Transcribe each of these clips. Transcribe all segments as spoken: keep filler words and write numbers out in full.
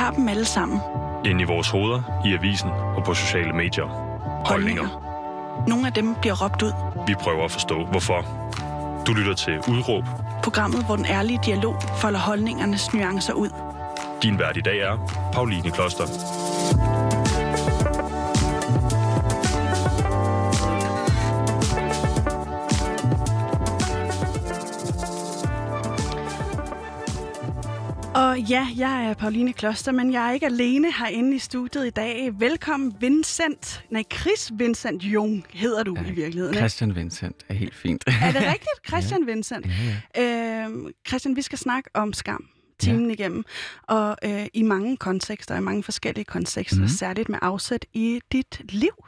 har dem alle sammen. Inde i vores hoveder, i avisen og på sociale medier. Holdninger. Nogle af dem bliver råbt ud. Vi prøver at forstå, hvorfor. Du lytter til Udråb. Programmet, hvor den ærlige dialog folder holdningernes nuancer ud. Din vært i dag er Pauline Kloster. Og ja, jeg er Pauline Kloster, men jeg er ikke alene herinde i studiet i dag. Velkommen Vincent, nej Chris Vincent Jung hedder du ja, i virkeligheden. Christian Vincent er helt fint. Er det rigtigt? Christian ja. Vincent. Ja, ja. Øh, Christian, vi skal snakke om skam timen ja. igennem, og øh, i mange kontekster, i mange forskellige kontekster, mm. særligt med afsæt i dit liv.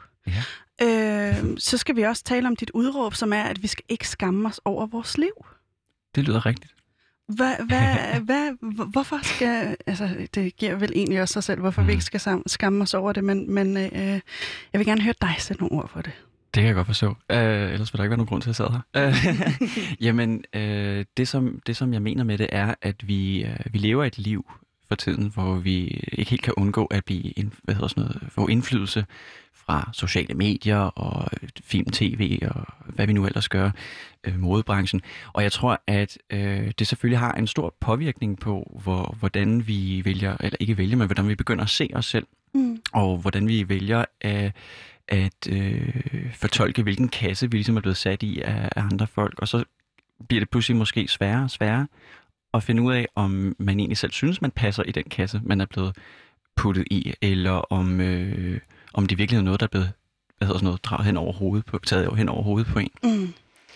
Ja. Øh, så skal vi også tale om dit udråb, som er, at vi skal ikke skamme os over vores liv. Det lyder rigtigt. Hvad, hvad, hvad, hvorfor skal, altså det giver vel egentlig også sig selv, hvorfor mm. vi ikke skal skamme os over det, men, men øh, jeg vil gerne høre dig sætte nogle ord for det. Det kan jeg godt forstå. Uh, ellers vil der ikke være nogen grund til at sidde her. Uh, jamen, uh, det, som, det som jeg mener med det er, at vi, uh, vi lever et liv for tiden, hvor vi ikke helt kan undgå at blive ind, hvad hedder sådan noget, få indflydelse fra sociale medier og film, tv og hvad vi nu ellers gør, øh, modebranchen. Og jeg tror, at øh, det selvfølgelig har en stor påvirkning på, hvor, hvordan vi vælger, eller ikke vælger, men hvordan vi begynder at se os selv, mm. og hvordan vi vælger at, at øh, fortolke, hvilken kasse vi ligesom er blevet sat i af, af andre folk. Og så bliver det pludselig måske sværere og sværere at finde ud af, om man egentlig selv synes, man passer i den kasse, man er blevet puttet i, eller om... Øh, om det virkelig er noget, der er blevet hvad hedder sådan noget, draget hen over hovedet på, taget hen over hovedet på en. Mm.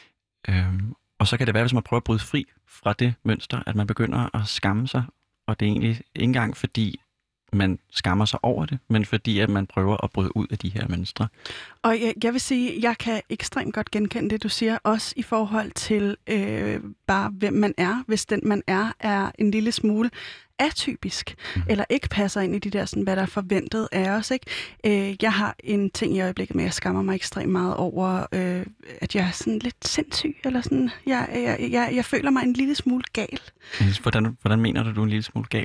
Øhm, og så kan det være, hvis man prøver at bryde fri fra det mønster, at man begynder at skamme sig, og det er egentlig ikke engang fordi, man skammer sig over det, men fordi, at man prøver at bryde ud af de her mønstre. Og jeg, jeg vil sige, jeg kan ekstremt godt genkende det, du siger, også i forhold til øh, bare, hvem man er, hvis den man er, er en lille smule atypisk, mm. eller ikke passer ind i de der, sådan, hvad der er forventet af os. Ikke? Øh, jeg har en ting i øjeblikket med, at jeg skammer mig ekstremt meget over, øh, at jeg er sådan lidt sindssyg, eller sådan, jeg, jeg, jeg, jeg føler mig en lille smule gal. Hvordan, hvordan mener du, du er en lille smule gal?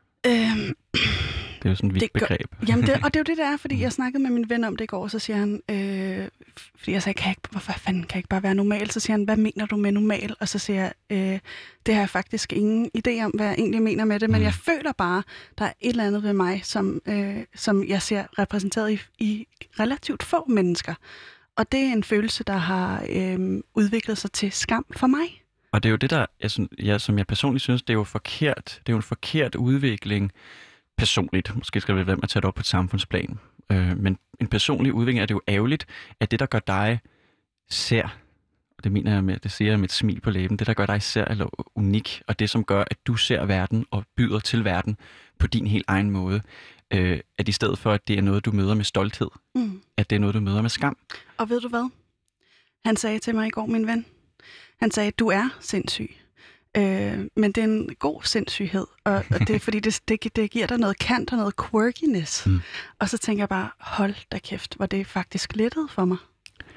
Øhm, det er jo sådan et vidt begreb. Gør, jamen det, og det er jo det, der er, fordi jeg snakkede med min ven om det i går, så siger han, øh, fordi jeg sagde, kan jeg ikke, hvorfor fanden kan jeg ikke bare være normal? Så siger han, hvad mener du med normal? Og så siger jeg, øh, det har jeg faktisk ingen idé om, hvad jeg egentlig mener med det, men mm. jeg føler bare, der er et eller andet ved mig, som, øh, som jeg ser repræsenteret i, i relativt få mennesker. Og det er en følelse, der har øh, udviklet sig til skam for mig. Og det er jo det, der, jeg, synes, jeg, som jeg personligt synes, det er jo forkert. Det er jo en forkert udvikling personligt. Måske skal det være med at tage det op på et samfundsplan. Øh, men en personlig udvikling er det jo ærgerligt, at det, der gør dig sær, og det mener jeg med, det siger jeg med et smil på læben, det, der gør dig sær eller unik, og det, som gør, at du ser verden og byder til verden på din helt egen måde, øh, at i stedet for, at det er noget, du møder med stolthed, mm. at det er noget, du møder med skam. Og ved du hvad? Han sagde til mig i går, min ven, han sagde, du er sindssyg, øh, men det er en god sindssyghed, og, og det er fordi, det, det, det giver dig noget kant og noget quirkiness. Mm. Og så tænker jeg bare, hold da kæft, hvor det faktisk lettede for mig.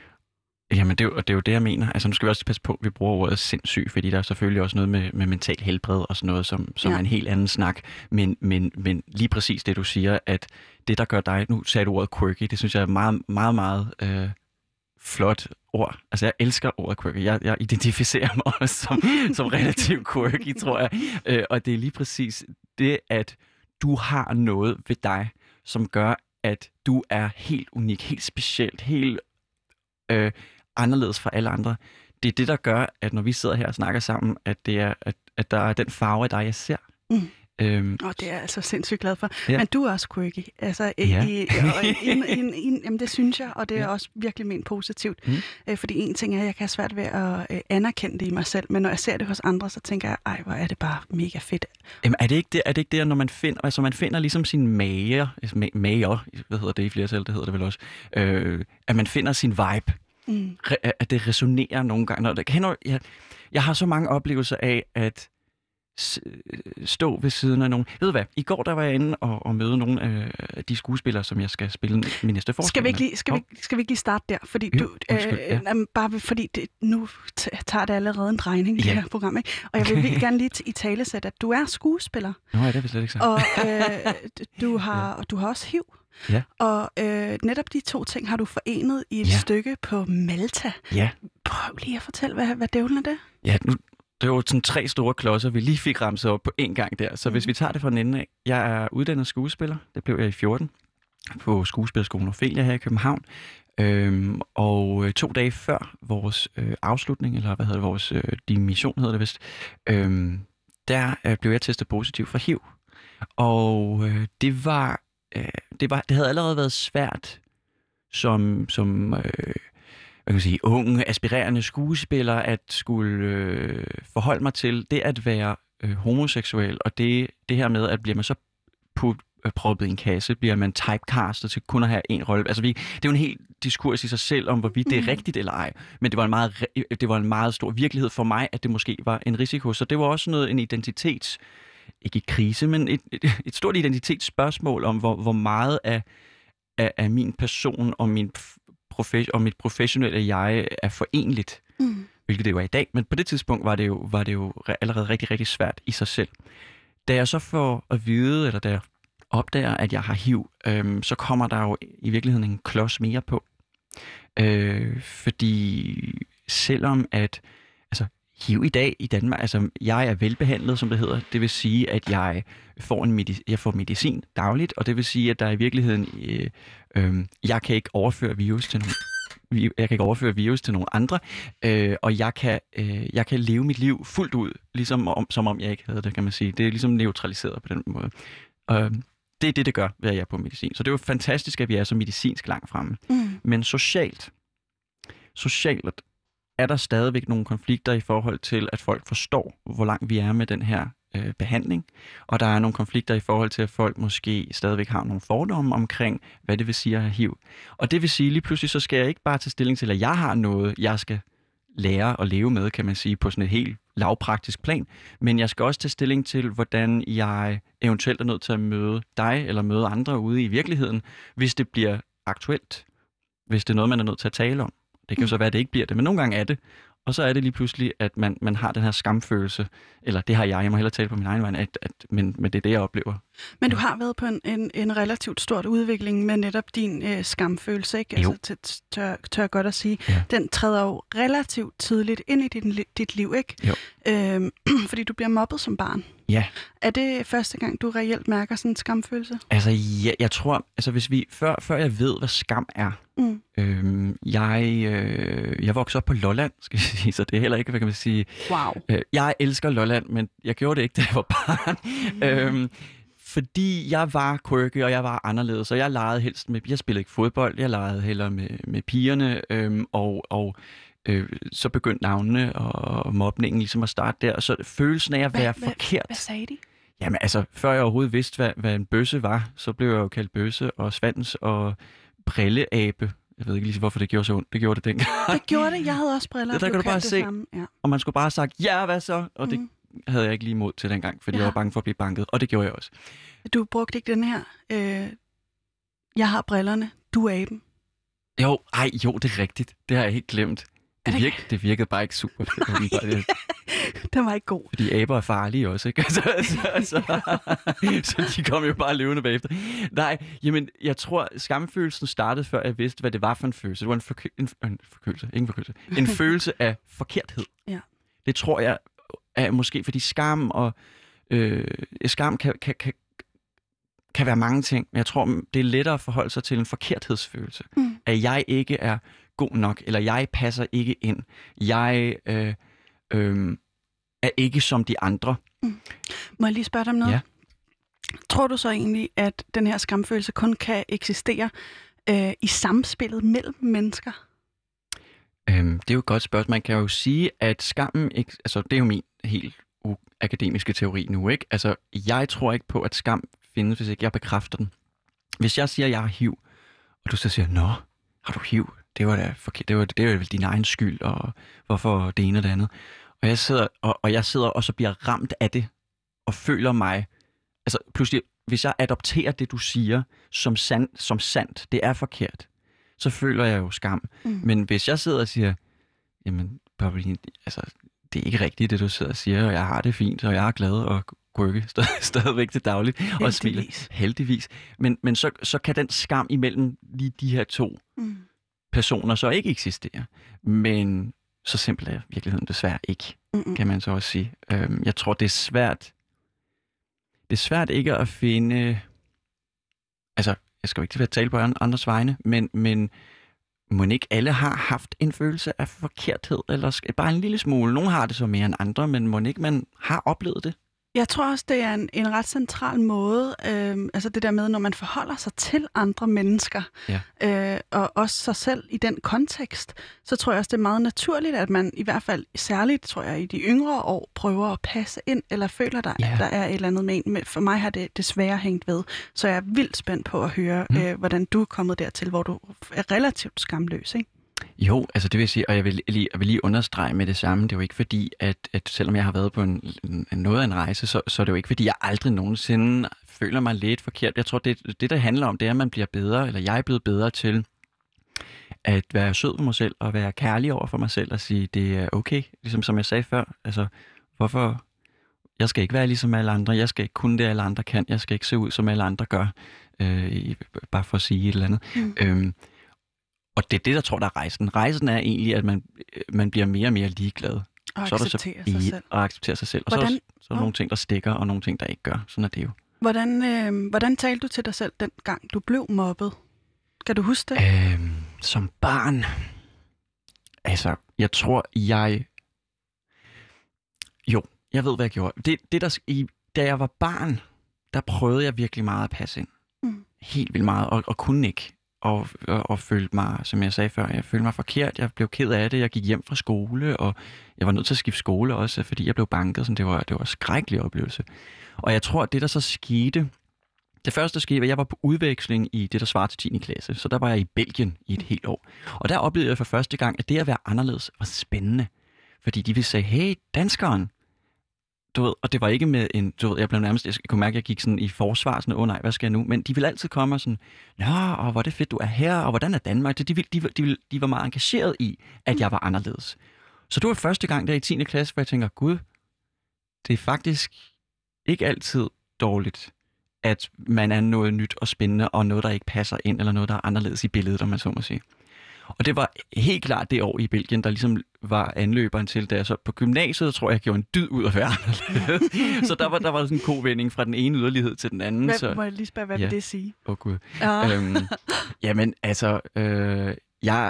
Jamen, det er, jo, det er jo det, jeg mener. Altså, nu skal vi også passe på, at vi bruger ordet sindssyg, fordi der er selvfølgelig også noget med, med mental helbred og sådan noget, som, som ja. er en helt anden snak. Men, men, men lige præcis det, du siger, at det, der gør dig, nu sagde du ordet quirky, det synes jeg er meget, meget, meget... Øh, flot ord. Altså, jeg elsker ordet quirky. Jeg, jeg identificerer mig også som, som relativt quirky, tror jeg. Øh, og det er lige præcis det, at du har noget ved dig, som gør, at du er helt unik, helt specielt, helt øh, anderledes fra alle andre. Det er det, der gør, at når vi sidder her og snakker sammen, at, det er, at, at der er den farve af dig, jeg ser. Mm. Øhm, og det er jeg altså sindssygt glad for. Ja. Men du er også quirky. Altså, ja. i, og in, in, in, jamen, det synes jeg, og det er ja. også virkelig ment positivt. Mm. Øh, fordi en ting er, at jeg kan have svært ved at øh, anerkende det i mig selv, men når jeg ser det hos andre, så tænker jeg, ej, hvor er det bare mega fedt. Jamen, er det ikke det, er det, ikke det når man finder, altså man finder ligesom sin mager, mager, hvad hedder det i flertal, det hedder det vel også, øh, at man finder sin vibe. Mm. Re, at det resonerer nogle gange. Når det, kender, jeg, jeg har så mange oplevelser af, at stå ved siden af nogen. Ved du hvad? I går der var jeg inde og, og møde nogle af de skuespillere, som jeg skal spille min næste forestilling. Skal vi ikke lige, skal vi, skal vi ikke lige starte der? Fordi Jo, du, undskyld, øh, ja. bare fordi det, nu tager det allerede en drejning, Ja. det her program, ikke? Og jeg vil virkelig gerne lige i tale sætte, at du er skuespiller. Nå, ja, det er slet ikke sagt. Og øh, du, har, og du har også H I V. Ja. Og øh, netop de to ting har du forenet i et Ja. stykke på Malta. Ja. Prøv lige at fortælle, hvad, hvad dævlen er det? Ja, nu, det var sådan tre store klodser, vi lige fik ramset op på én gang der. Så mm. hvis vi tager det fra den ende af. Jeg er uddannet skuespiller. Det blev jeg i fjorten på Skuespillerskolen Ophelia her i København. Øhm, og to dage før vores øh, afslutning, eller hvad hedder det, vores øh, dimission hedder det vist, øhm, der øh, blev jeg testet positiv for H I V. Og øh, det var, øh, det var, det havde allerede været svært som, som øh, hvad kan man sige, unge, aspirerende skuespiller at skulle øh, forholde mig til det at være øh, homoseksuel, og det, det her med, at bliver man så put, øh, proppet i en kasse, bliver man typecastet til kun at have en rolle. Altså, vi, det er jo en helt diskurs i sig selv om, hvorvidt det er rigtigt eller ej, men det var en meget, det var en meget stor virkelighed for mig, at det måske var en risiko. Så det var også noget, en identitets, ikke i krise, men et, et, et stort identitetsspørgsmål om, hvor, hvor meget af, af, af min person og min Profe- og mit professionelle jeg er forenligt, mm. hvilket det jo er i dag, men på det tidspunkt var det jo, var det jo allerede rigtig, rigtig svært i sig selv. Da jeg så får at vide, eller da jeg opdager, at jeg har H I V, øhm, så kommer der jo i virkeligheden en klods mere på. Øh, fordi selvom at, altså H I V i dag i Danmark, altså jeg er velbehandlet, som det hedder, det vil sige, at jeg får, en medi- jeg får medicin dagligt, og det vil sige, at der i virkeligheden, øh, øh, jeg kan ikke overføre virus til nogen, jeg kan ikke overføre virus til nogle andre, øh, og jeg kan, øh, jeg kan leve mit liv fuldt ud, ligesom om, som om jeg ikke havde det, kan man sige. Det er ligesom neutraliseret på den måde. Øh, det er det, det gør, ved at jeg er på medicin. Så det er jo fantastisk, at vi er så medicinsk langt fremme. Mm. Men socialt, socialt er der stadigvæk nogle konflikter i forhold til, at folk forstår, hvor langt vi er med den her øh, behandling. Og der er nogle konflikter i forhold til, at folk måske stadigvæk har nogle fordomme omkring, hvad det vil sige at have H I V. Og det vil sige, lige pludselig så skal jeg ikke bare tage stilling til, at jeg har noget, jeg skal lære at leve med, kan man sige, på sådan et helt lavpraktisk plan. Men jeg skal også tage stilling til, hvordan jeg eventuelt er nødt til at møde dig, eller møde andre ude i virkeligheden, hvis det bliver aktuelt. Hvis det er noget, man er nødt til at tale om. Det kan jo så være, at det ikke bliver det, men nogle gange er det. Og så er det lige pludselig, at man, man har den her skamfølelse, eller det har jeg, jeg må hellere tale på min egen vej, at, at, men, men det er det, jeg oplever. Men du har været på en, en, en relativt stort udvikling med netop din øh, skamfølelse, ikke? Jo. Altså, t- tør, tør jeg godt at sige. Ja. Den træder jo relativt tidligt ind i din, dit liv, ikke? Jo. Øhm, fordi du bliver mobbet som barn. Ja. Er det første gang, du reelt mærker sådan en skamfølelse? Altså, ja, jeg tror, altså hvis vi, før, før jeg ved, hvad skam er, mm. øhm, jeg, øh, jeg voksede op på Lolland, skal jeg sige, så det er heller ikke, hvad kan man sige. Wow. Øh, jeg elsker Lolland, men jeg gjorde det ikke, da jeg var barn. Mm. øhm, fordi jeg var quirky, og jeg var anderledes, og jeg legede helst med, jeg spillede ikke fodbold, jeg legede hellere med, med pigerne, øhm, og, og øh, så begyndte navnene og mobningen ligesom at starte der, og så følelsen af at være hvad, forkert. Hvad sagde de? Jamen altså, før jeg overhovedet vidste, hvad, hvad en bøsse var, så blev jeg jo kaldt bøsse og svans og brilleabe. Jeg ved ikke lige, hvorfor det gjorde så ondt. Det gjorde det dengang. Det gjorde det. Jeg havde også briller. Det der kan du bare se. Ja. Og man skulle bare have sagt, ja, hvad så? Og det mm. havde jeg ikke lige mod til dengang, fordi ja. jeg var bange for at blive banket. Og det gjorde jeg også. Du brugte ikke den her, øh, jeg har brillerne, du er aben. Jo, ej, jo, det er rigtigt. Det har jeg helt glemt. Det, det... Virke, det virkede bare ikke super. Den var ikke god. Fordi aber er farlige også, ikke? Så, så, så, så de kom jo bare levende bagefter. Nej, jamen, jeg tror, skamfølelsen startede, før jeg vidste, hvad det var for en følelse. Det var en, forkø- en, en forkølelse, ikke en forkølelse. En følelse af forkerthed. Ja. Det tror jeg er måske, fordi skam og øh, skam kan, kan, kan, kan være mange ting, men jeg tror, det er lettere at forholde sig til en forkerthedsfølelse. Mm. At jeg ikke er god nok, eller jeg passer ikke ind. Jeg øh, øh, er ikke som de andre. Mm. Må jeg lige spørge dig om noget? Ja. Tror du så egentlig, at den her skamfølelse kun kan eksistere øh, i samspillet mellem mennesker? Øhm, det er jo et godt spørgsmål. Man kan jo sige, at skammen ikke... Altså, det er jo min helt akademiske teori nu, ikke? Altså, jeg tror ikke på, at skam findes, hvis ikke jeg bekræfter den. Hvis jeg siger, at jeg har H I V, og du så siger, nå, har du H I V? Det var da forkert. Det var, det var vel din egen skyld, og hvorfor det ene og det andet. Og jeg sidder og, og jeg sidder og så bliver ramt af det, og føler mig... Altså pludselig, hvis jeg adopterer det, du siger, som, sand, som sandt, det er forkert, så føler jeg jo skam. Mm. Men hvis jeg sidder og siger, jamen, Pauline, altså, det er ikke rigtigt, det du sidder og siger, og jeg har det fint, og jeg er glad og krykke stad- stadigvæk til dagligt, og smiler. Heldigvis. Men, men så, så kan den skam imellem lige de her to mm. personer så ikke eksistere. Men så simpelt er virkeligheden desværre ikke, Mm-mm. kan man så også sige. Øhm, jeg tror, det er svært... Det er svært ikke at finde... Altså, jeg skal jo ikke tale på andres vegne, men, men må ikke alle har haft en følelse af forkerthed, eller bare en lille smule. Nogle har det så mere end andre, men må ikke man har oplevet det? Jeg tror også, det er en, en ret central måde, øh, altså det der med, når man forholder sig til andre mennesker, ja. øh, og også sig selv i den kontekst, så tror jeg også, det er meget naturligt, at man i hvert fald særligt, tror jeg, i de yngre år, prøver at passe ind, eller føler, der, ja. at der er et eller andet med en. Men for mig har det desværre hængt ved, så jeg er vildt spændt på at høre, mm. øh, hvordan du er kommet dertil, hvor du er relativt skamløs, ikke? Jo, altså det vil sige, og jeg vil lige, jeg vil lige understrege med det samme, det er jo ikke fordi, at, at selvom jeg har været på en, en, noget af en rejse, så, så er det jo ikke fordi, jeg aldrig nogensinde føler mig lidt forkert. Jeg tror, det, det der handler om, det er, at man bliver bedre, eller jeg er blevet bedre til at være sød for mig selv, og være kærlig over for mig selv, og sige, det er okay, ligesom som jeg sagde før, altså hvorfor, jeg skal ikke være ligesom alle andre, jeg skal ikke kunne det, alle andre kan, jeg skal ikke se ud, som alle andre gør, øh, bare for at sige et eller andet. Mm. Øhm, Og det er det, der tror, der er rejsen. Rejsen er egentlig, at man, man bliver mere og mere ligeglad. Og så accepterer så, sig selv. Og accepterer sig selv. Og hvordan, så, så er der nogle ting, der stikker, og nogle ting, der ikke gør. Sådan er det jo. Hvordan, øh, hvordan talte du til dig selv, den gang du blev mobbet? Kan du huske det? Øhm, som barn... Altså, jeg tror, jeg... Jo, jeg ved, hvad jeg gjorde. Det, det der, i, da jeg var barn, der prøvede jeg virkelig meget at passe ind. Mm. Helt vildt meget, og, og kunne ikke. Og, og, og følte mig, som jeg sagde før, jeg følte mig forkert, jeg blev ked af det, jeg gik hjem fra skole, og jeg var nødt til at skifte skole også, fordi jeg blev banket, så det var, det var en skrækkelig oplevelse. Og jeg tror, at det der så skete, det første der skete, var, at jeg var på udveksling i det, der svarer til tiende klasse, så der var jeg i Belgien i et helt år. Og der oplevede jeg for første gang, at det at være anderledes var spændende, fordi de ville sige, hey, danskeren, du ved, og det var ikke med en, du ved, jeg blev nærmest, jeg kunne mærke, at jeg gik sådan i forsvar, sådan, åh oh, nej, hvad skal jeg nu? Men de ville altid komme og sådan, nå, og hvor er det fedt, du er her, og hvordan er Danmark? De, de, de, de, de var meget engageret i, at jeg var anderledes. Så det var første gang der i tiende klasse, hvor jeg tænker, gud, det er faktisk ikke altid dårligt, at man er noget nyt og spændende, og noget, der ikke passer ind, eller noget, der er anderledes i billedet, om man så må sige. Og det var helt klart det år i Belgien, der ligesom var anløberen til, da jeg så på gymnasiet, tror jeg, jeg gjorde en dyd ud af være anderledes. Så der var, der var sådan en kovending fra den ene yderlighed til den anden. Hvad, så, må jeg lige spørge, hvad ja. vil det sige? Åh oh, gud. Ja. Øhm, jamen, altså, øh, jeg,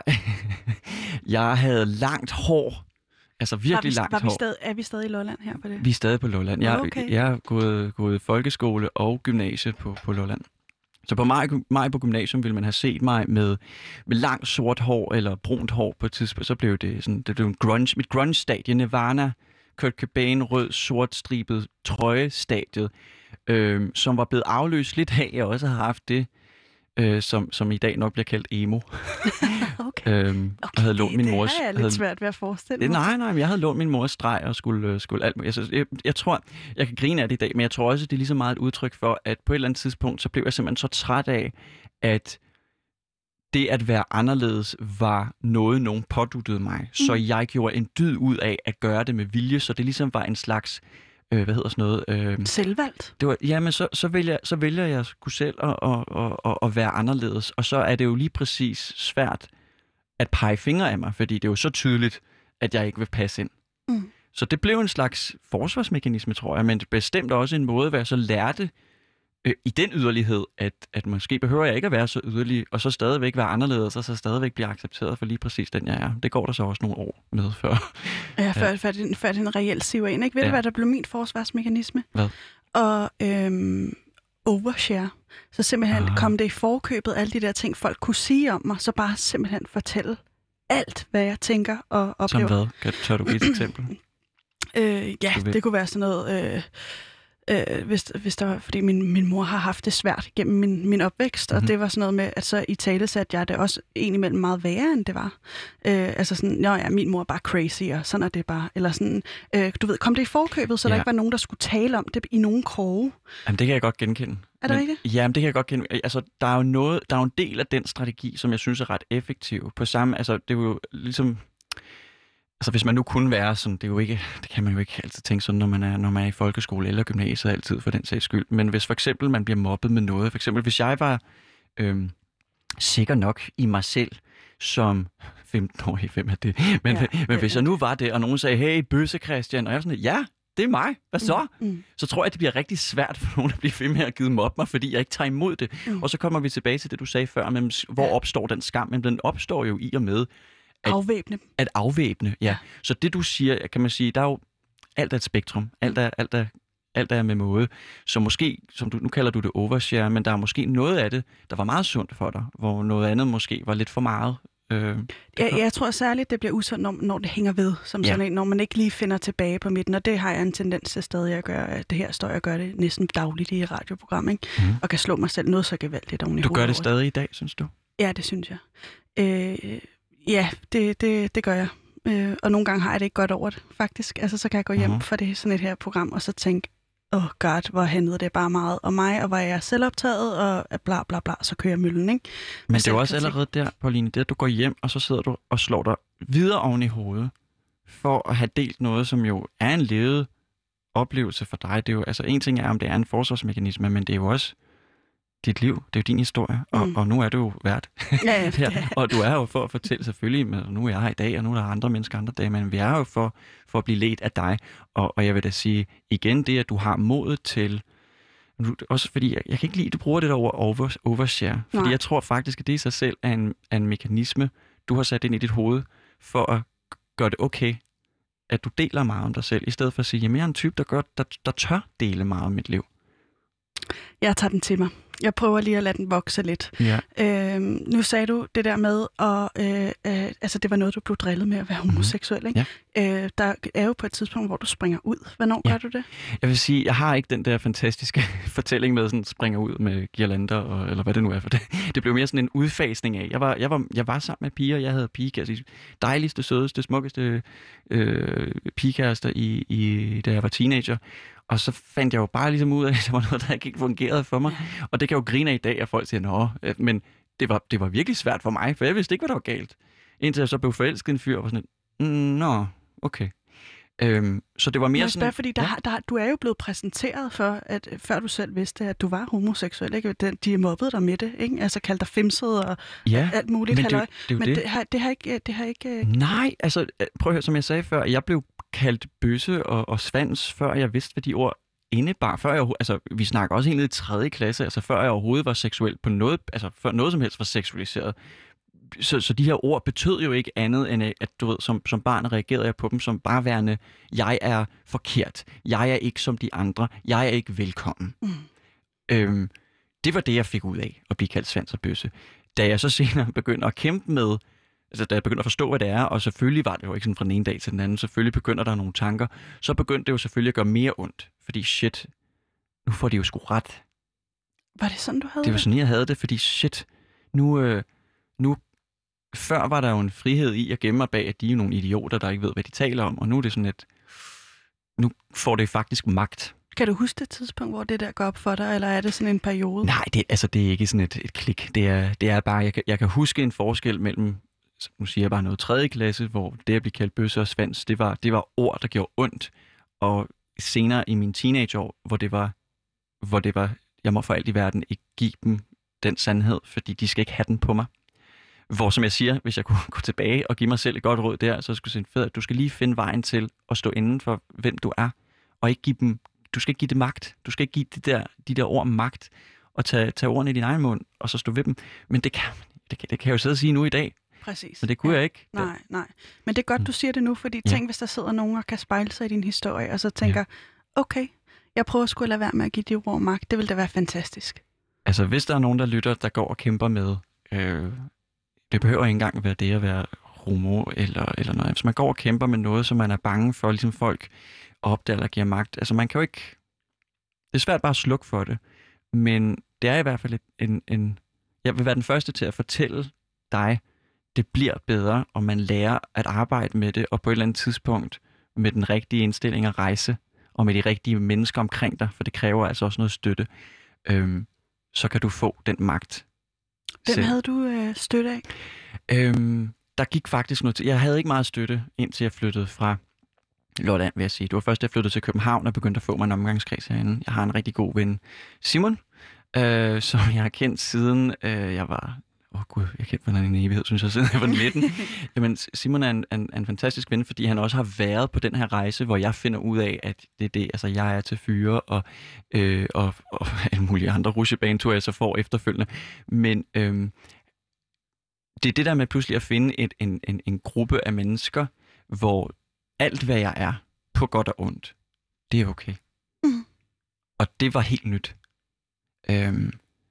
jeg havde langt hår. Altså virkelig vi, langt var vi hår. Stadig, er vi stadig i Lolland her på det? Vi er stadig på Lolland. Jeg, okay. jeg har gået, gået folkeskole og gymnasie på, på Lolland. Så på mig, mig på gymnasium ville man have set mig med, med langt sort hår eller brunt hår på et tidspunkt. Så blev det sådan, det blev en grunge, mit grunge-stadie, Nirvana, Kurt Cobain, rød, sort stribet trøje-stadiet, øh, som var blevet afløst lidt af, jeg også har haft det, øh, som, som i dag nok bliver kaldt emo. Okay. øhm, okay, havde lånt min mors, det er jeg lidt havde, svært ved at forestille mig. Nej, nej, men jeg havde lånt min mors streg og skulle, skulle alt muligt. Jeg, jeg, jeg tror, jeg kan grine af det i dag, men jeg tror også, det er lige så meget et udtryk for, at på et eller andet tidspunkt, så blev jeg simpelthen så træt af, at det at være anderledes var noget, nogen påduttede mig. Mm. Så jeg gjorde en dyd ud af at gøre det med vilje, så det ligesom var en slags, øh, hvad hedder sådan noget? Øh, Selvvalgt? Det var, jamen, så, så, vælger, så vælger jeg sgu selv at, at, at, at, at være anderledes, og så er det jo lige præcis svært at pege fingre af mig, fordi det er jo så tydeligt, at jeg ikke vil passe ind. Mm. Så det blev en slags forsvarsmekanisme, tror jeg, men bestemt også en måde, hvor jeg så lærte øh, i den yderlighed, at, at måske behøver jeg ikke at være så yderlig, og så stadigvæk være anderledes, og så stadigvæk blive accepteret for lige præcis den, jeg er. Det går der så også nogle år med før. Ja, før, ja. før, den, før den reelt siver ind, ikke? Ved ja. du, hvad der blev min forsvarsmekanisme? Hvad? Og øhm, overshare. Så simpelthen ah. kom det i forkøbet, alle de der ting, folk kunne sige om mig, så bare simpelthen fortælle alt, hvad jeg tænker og oplever. Som hvad? Kan, tør du give et eksempel? Øh, ja, det kunne være sådan noget... Øh, øh, hvis, hvis der var, fordi min, min mor har haft det svært gennem min, min opvækst, mm-hmm. og det var sådan noget med, at så i tale satte jeg det også indimellem meget værre, end det var. Øh, altså sådan, nå ja, min mor er bare crazy, og sådan er det bare. Eller sådan, øh, du ved, kom det i forkøbet, så ja. der ikke var nogen, der skulle tale om det i nogen kroge. Jamen, det kan jeg godt genkende. Er det rigtigt? Jamen, det kan jeg godt genkende. Altså, der er jo noget, der er jo en del af den strategi, som jeg synes er ret effektiv. På samme, altså, det er jo ligesom... Altså, hvis man nu kunne være sådan, det er jo ikke, det kan man jo ikke altid tænke sådan, når man er, når man er i folkeskole eller gymnasiet altid for den sags skyld. Men hvis for eksempel man bliver mobbet med noget, for eksempel hvis jeg var øhm, sikker nok i mig selv som femten-årig, hvem er det? Men, ja, men ja, hvis jeg nu var det, og nogen sagde, hey, bøsse Christian, og jeg var sådan, ja, det er mig, hvad så? Mm, mm. Så tror jeg, det bliver rigtig svært for nogen at blive ved med at give mobbe mig, fordi jeg ikke tager imod det. Mm. Og så kommer vi tilbage til det, du sagde før, men hvor opstår den skam? Men den opstår jo i og med, At, afvæbne. At afvæbne, ja. ja. Så det, du siger, kan man sige, der er jo alt er et spektrum. Alt er, alt er, alt er med måde. Så måske, som du, nu kalder du det overshare, men der er måske noget af det, der var meget sundt for dig, hvor noget andet måske var lidt for meget. Øh, ja, jeg tror særligt, det bliver usundt, når, når det hænger ved, som ja. sådan en, når man ikke lige finder tilbage på midten, og det har jeg en tendens til stadig at gøre. Det her står jeg gør det næsten dagligt i et radioprogram, ikke? Mm. Og kan slå mig selv noget så gevaldigt oven i Du hovedet. gør det stadig i dag, synes du? Ja, det synes jeg. Øh, Ja, det, det, det gør jeg. Øh, og nogle gange har jeg det ikke godt over det, faktisk. Altså, så kan jeg gå hjem uh-huh. fra det sådan et her program, og så tænke, åh oh god, hvor handlede det bare meget om mig, og hvor jeg er selvoptaget, og bla bla bla, så kører møllen, ikke? Men det er jo også allerede der, Pauline, det at du går hjem, og så sidder du og slår dig videre oven i hovedet, for at have delt noget, som jo er en levet oplevelse for dig. Det er jo, altså, en ting er, om det er en forsvarsmekanisme, men det er jo også dit liv, det er jo din historie, og, mm. og nu er du jo vært ja, ja, her, og du er jo for at fortælle selvfølgelig, men nu er jeg her i dag, og nu er der andre mennesker andre dage, men vi er jo for, for at blive ledt af dig, og, og jeg vil da sige igen det, at du har modet til, også fordi, jeg, jeg kan ikke lide, at du bruger det der over over, overshare, fordi Nej. jeg tror faktisk, at det i sig selv er en, er en mekanisme, du har sat ind i dit hoved, for at gøre det okay, at du deler meget om dig selv, i stedet for at sige, jamen jeg er en type, der, gør, der, der tør dele meget om mit liv. Jeg tager den til mig. Jeg prøver lige at lade den vokse lidt. Ja. Øhm, nu sagde du det der med, og øh, øh, altså det var noget, du blev drillet med at være homoseksuel, ikke? Ja. Øh, der er jo på et tidspunkt, hvor du springer ud. Hvornår ja. gør du det? Jeg vil sige, jeg har ikke den der fantastiske fortælling med sådan springer ud med girlander, og, eller hvad det nu er for det. Det blev mere sådan en udfasning af. Jeg var, jeg var, jeg var sammen med piger, jeg havde pigekærester, de dejligste, sødeste, smukkeste øh, pigekærester, i, i, da jeg var teenager. Og så fandt jeg jo bare ligesom ud af, at det var noget, der ikke fungerede for mig. Og det kan jo grine af i dag, at folk siger, nå, men det var, det var virkelig svært for mig, for jeg vidste ikke, hvad der var galt. Indtil jeg så blev forelsket en fyr, og var sådan, nå, okay. Øhm, så det var mere sådan... Spørger, fordi der, ja. der, du er jo blevet præsenteret for, at før du selv vidste, at du var homoseksuel, ikke? De mobbede dig med det, ikke? Altså kaldte dig femset og ja, alt muligt. Men, det, det, men det. Det, har, det har ikke... Det har ikke Nej, altså prøv at høre, som jeg sagde før, jeg blev kaldt bøsse og, og svans, før jeg vidste, hvad de ord indebar. Før jeg, altså, vi snakker også helt ned i tredje klasse, altså før jeg overhovedet var seksuel på noget, altså før noget som helst var seksualiseret. Så, så de her ord betød jo ikke andet, end at du ved, som, som barn reagerede jeg på dem som bare værende, jeg er forkert, jeg er ikke som de andre, jeg er ikke velkommen. Mm. Øhm, det var det, jeg fik ud af, at blive kaldt svans og bøsse. Da jeg så senere begyndte at kæmpe med, altså da jeg begyndte at forstå, hvad det er, og selvfølgelig var det jo ikke sådan fra den ene dag til den anden, selvfølgelig begynder der nogle tanker, så begyndte det jo selvfølgelig at gøre mere ondt, fordi shit, nu får de jo sgu ret. Var det sådan, du havde det? Det var sådan, jeg havde det, fordi shit, nu, øh, nu før var der jo en frihed i at gemme mig bag, at de er nogle idioter, der ikke ved, hvad de taler om, og nu er det sådan, at nu får det faktisk magt. Kan du huske det tidspunkt, hvor det der går op for dig, eller er det sådan en periode? Nej, det, altså, det er ikke sådan et, et klik. Det er, det er bare, jeg kan, jeg kan huske en forskel mellem, nu siger jeg bare noget tredje klasse, hvor det at blive kaldt bøsse og svans, det var, det var ord, der gjorde ondt, og senere i mine teenageår, hvor det var, hvor det var, jeg må for alt i verden ikke give dem den sandhed, fordi de skal ikke have den på mig. Hvor, som jeg siger, hvis jeg kunne gå tilbage og give mig selv et godt råd der, så skulle jeg sige, fedt, at du skal lige finde vejen til at stå inden for, hvem du er, og ikke give dem, du skal ikke give det magt. Du skal ikke give de der, de der ord magt, og tage, tage ordene i din egen mund, og så stå ved dem. Men det kan, det kan, det kan jeg jo sidde og sige nu i dag. Præcis. Men det kunne ja. jeg ikke. Nej, nej. Men det er godt, du siger det nu, fordi ja. tænk, hvis der sidder nogen og kan spejle sig i din historie, og så tænker, ja. okay, jeg prøver sgu at lade være med at give de ord magt. Det ville da være fantastisk. Altså, hvis der er nogen, der lytter, der går og kæmper med, øh, det behøver ikke engang være det at være homo eller, eller noget. Hvis man går og kæmper med noget, som man er bange for, ligesom folk opdager eller giver magt. Altså, man kan jo ikke, Det er svært bare at slukke for det, men det er i hvert fald et, en, en... Jeg vil være den første til at fortælle dig, det bliver bedre, og man lærer at arbejde med det, og på et eller andet tidspunkt med den rigtige indstilling at rejse, og med de rigtige mennesker omkring dig, for det kræver altså også noget støtte, øhm, så kan du få den magt. Hvem selv. havde du øh, støtte af? Øhm, der gik faktisk noget til. Jeg havde ikke meget støtte, indtil jeg flyttede fra Lolland, vil jeg sige. Det var først, da jeg flyttede til København og begyndte at få mig en omgangskreds herinde. Jeg har en rigtig god ven, Simon, øh, som jeg har kendt siden øh, jeg var... Åh oh, gud, jeg har kendt for en evighed, synes jeg, siden jeg var nitten. Jamen, Simon er en, en, en fantastisk ven, fordi han også har været på den her rejse, hvor jeg finder ud af, at det er det, altså jeg er til fyre, og, øh, og, og alle mulige andre rutsjebaneture, jeg så får efterfølgende. Men øh, det er det der med pludselig at finde et, en, en, en gruppe af mennesker, hvor alt, hvad jeg er, på godt og ondt, det er okay. Mm. Og det var helt nyt. Øhm,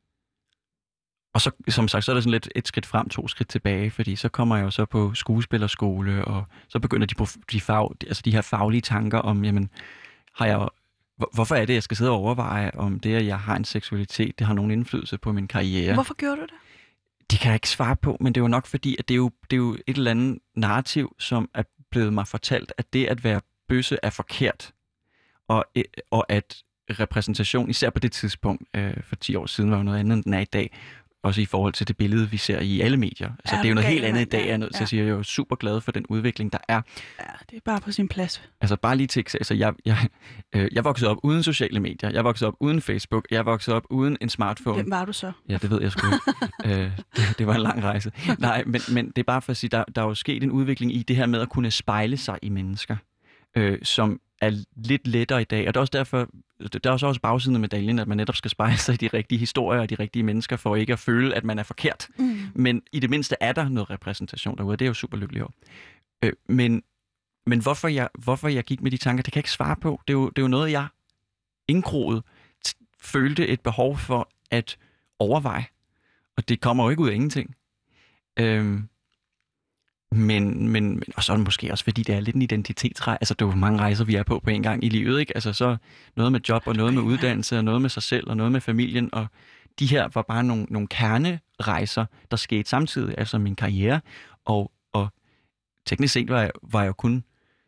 og så, som sagt, så er der sådan lidt et skridt frem, to skridt tilbage, fordi så kommer jeg jo så på skuespillerskole, og så begynder de på de, fag, altså de her faglige tanker om, jamen, har jeg, hvorfor er det, jeg skal sidde og overveje, om det, at jeg har en seksualitet, det har nogen indflydelse på min karriere? Hvorfor gjorde du det? Det kan jeg ikke svare på, men det er jo nok fordi, at det er jo, det er jo et eller andet narrativ, som er blevet mig fortalt, at det at være bøsse er forkert, og, og at repræsentation, især på det tidspunkt øh, for ti år siden, var jo noget andet, end den er i dag, også i forhold til det billede, vi ser i alle medier. Altså, ja, det er jo noget helt andet i dag, jeg er nødt til at sige, jeg er jo super glad for den udvikling, der er. Ja, det er bare på sin plads. Altså bare lige til, altså jeg, jeg, øh, jeg voksede op uden sociale medier, jeg voksede op uden Facebook, jeg voksede op uden en smartphone. Hvem var du så? Ja, det ved jeg sgu ikke. øh, det, det var en lang rejse. Nej, men, men det er bare for at sige, der, der er jo sket en udvikling i det her med at kunne spejle sig i mennesker, øh, som er lidt lettere i dag. Og det er også derfor, der er også, også bagsiden af medaljen, at man netop skal spejle sig i de rigtige historier og de rigtige mennesker, for ikke at føle, at man er forkert. Mm. Men i det mindste er der noget repræsentation derude, og det er jo super lykkelig over. Øh, men men hvorfor, jeg, hvorfor jeg gik med de tanker, det kan jeg ikke svare på. Det er jo, det er jo noget, jeg indgroet følte et behov for at overveje. Og det kommer jo ikke ud af ingenting. Øhm, Men, men, men og så er det måske også, fordi det er lidt en identitetsrejse. Altså, det er jo mange rejser, vi er på på en gang i livet, ikke? Altså, så noget med job, og noget med uddannelse, og noget med sig selv, og noget med familien. Og de her var bare nogle, nogle kernerejser, der skete samtidig, altså min karriere. Og, og teknisk set var jeg, var jeg jo kun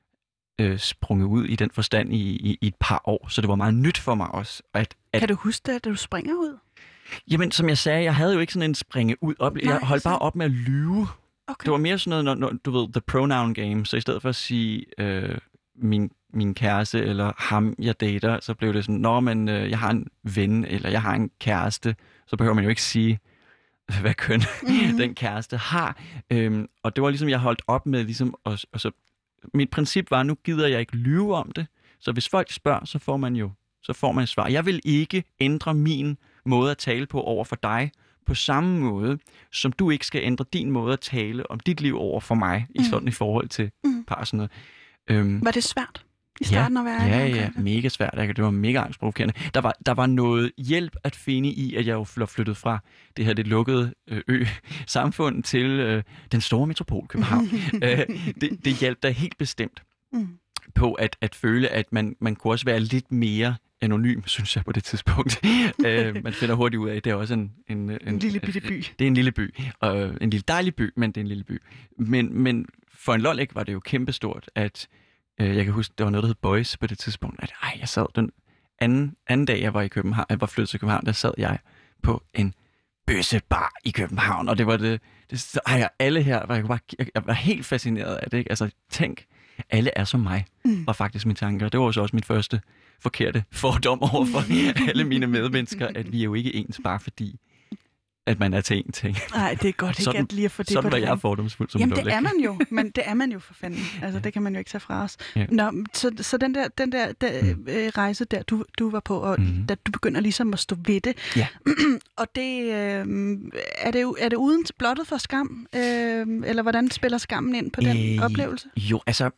øh, sprunget ud i den forstand i, i, i et par år. Så det var meget nyt for mig også. At, at, kan du huske det, da du springer ud? Jamen, som jeg sagde, jeg havde jo ikke sådan en springe ud op. Jeg holdt bare op med at lyve. Okay. Det var mere sådan noget, når, når, du ved, the pronoun game, så i stedet for at sige øh, min, min kæreste eller ham, jeg dater, så blev det sådan, nå, men øh, jeg har en ven, eller jeg har en kæreste, så behøver man jo ikke sige, hvad køn mm-hmm. den kæreste har. Øhm, og det var ligesom, jeg holdt op med, ligesom, og, og så, mit princip var, nu gider jeg ikke lyve om det, så hvis folk spørger, så får man jo, så får man et svar. Jeg vil ikke ændre min måde at tale på over for dig, på samme måde, som du ikke skal ændre din måde at tale om dit liv over for mig, mm. i sådan i forhold til mm. par og sådan noget. Øhm, var det svært i starten ja, at være Ja, ja, det? mega svært. Det var mega angstprovokerende. Der var, der var noget hjælp at finde i, at jeg jo flyttede fra det her det lukkede øh, ø-samfund til øh, den store metropol, København. øh, det, det hjalp da helt bestemt mm. på at, at føle, at man, man kunne også være lidt mere anonym, synes jeg, på det tidspunkt. uh, man finder hurtigt ud af, at det er også en... En, en, en lille bitte by. Det er en lille by. Uh, en lille dejlig by, men det er en lille by. Men, men for en lollæg var det jo kæmpestort, at uh, jeg kan huske, der var noget, der hed Boys på det tidspunkt, at ej, jeg sad den anden, anden dag, jeg var i København, jeg var flyttet til København, der sad jeg på en bøssebar i København, og det var det... det ej, alle her, var, jeg, bare, jeg, jeg var helt fascineret af det, ikke? Altså, tænk, alle er som mig, mm. var faktisk mine tanker. Det var så også mit første forkerte fordom over for alle mine medmennesker, at vi er jo ikke ens, bare fordi, at man er til en ting. Nej, det er godt ikke at lige at få det sådan på var jeg fordomsfuld som Jamen, det er man jo, men det er man jo for fanden. Altså, det kan man jo ikke tage fra os. Ja. Nå, så, så den der, den der, der mm. øh, rejse der, du, du var på, og mm. da du begynder ligesom at stå ved det, ja. og det, øh, er det, er det uden blottet for skam, øh, eller hvordan spiller skammen ind på den øh, oplevelse? Jo, altså,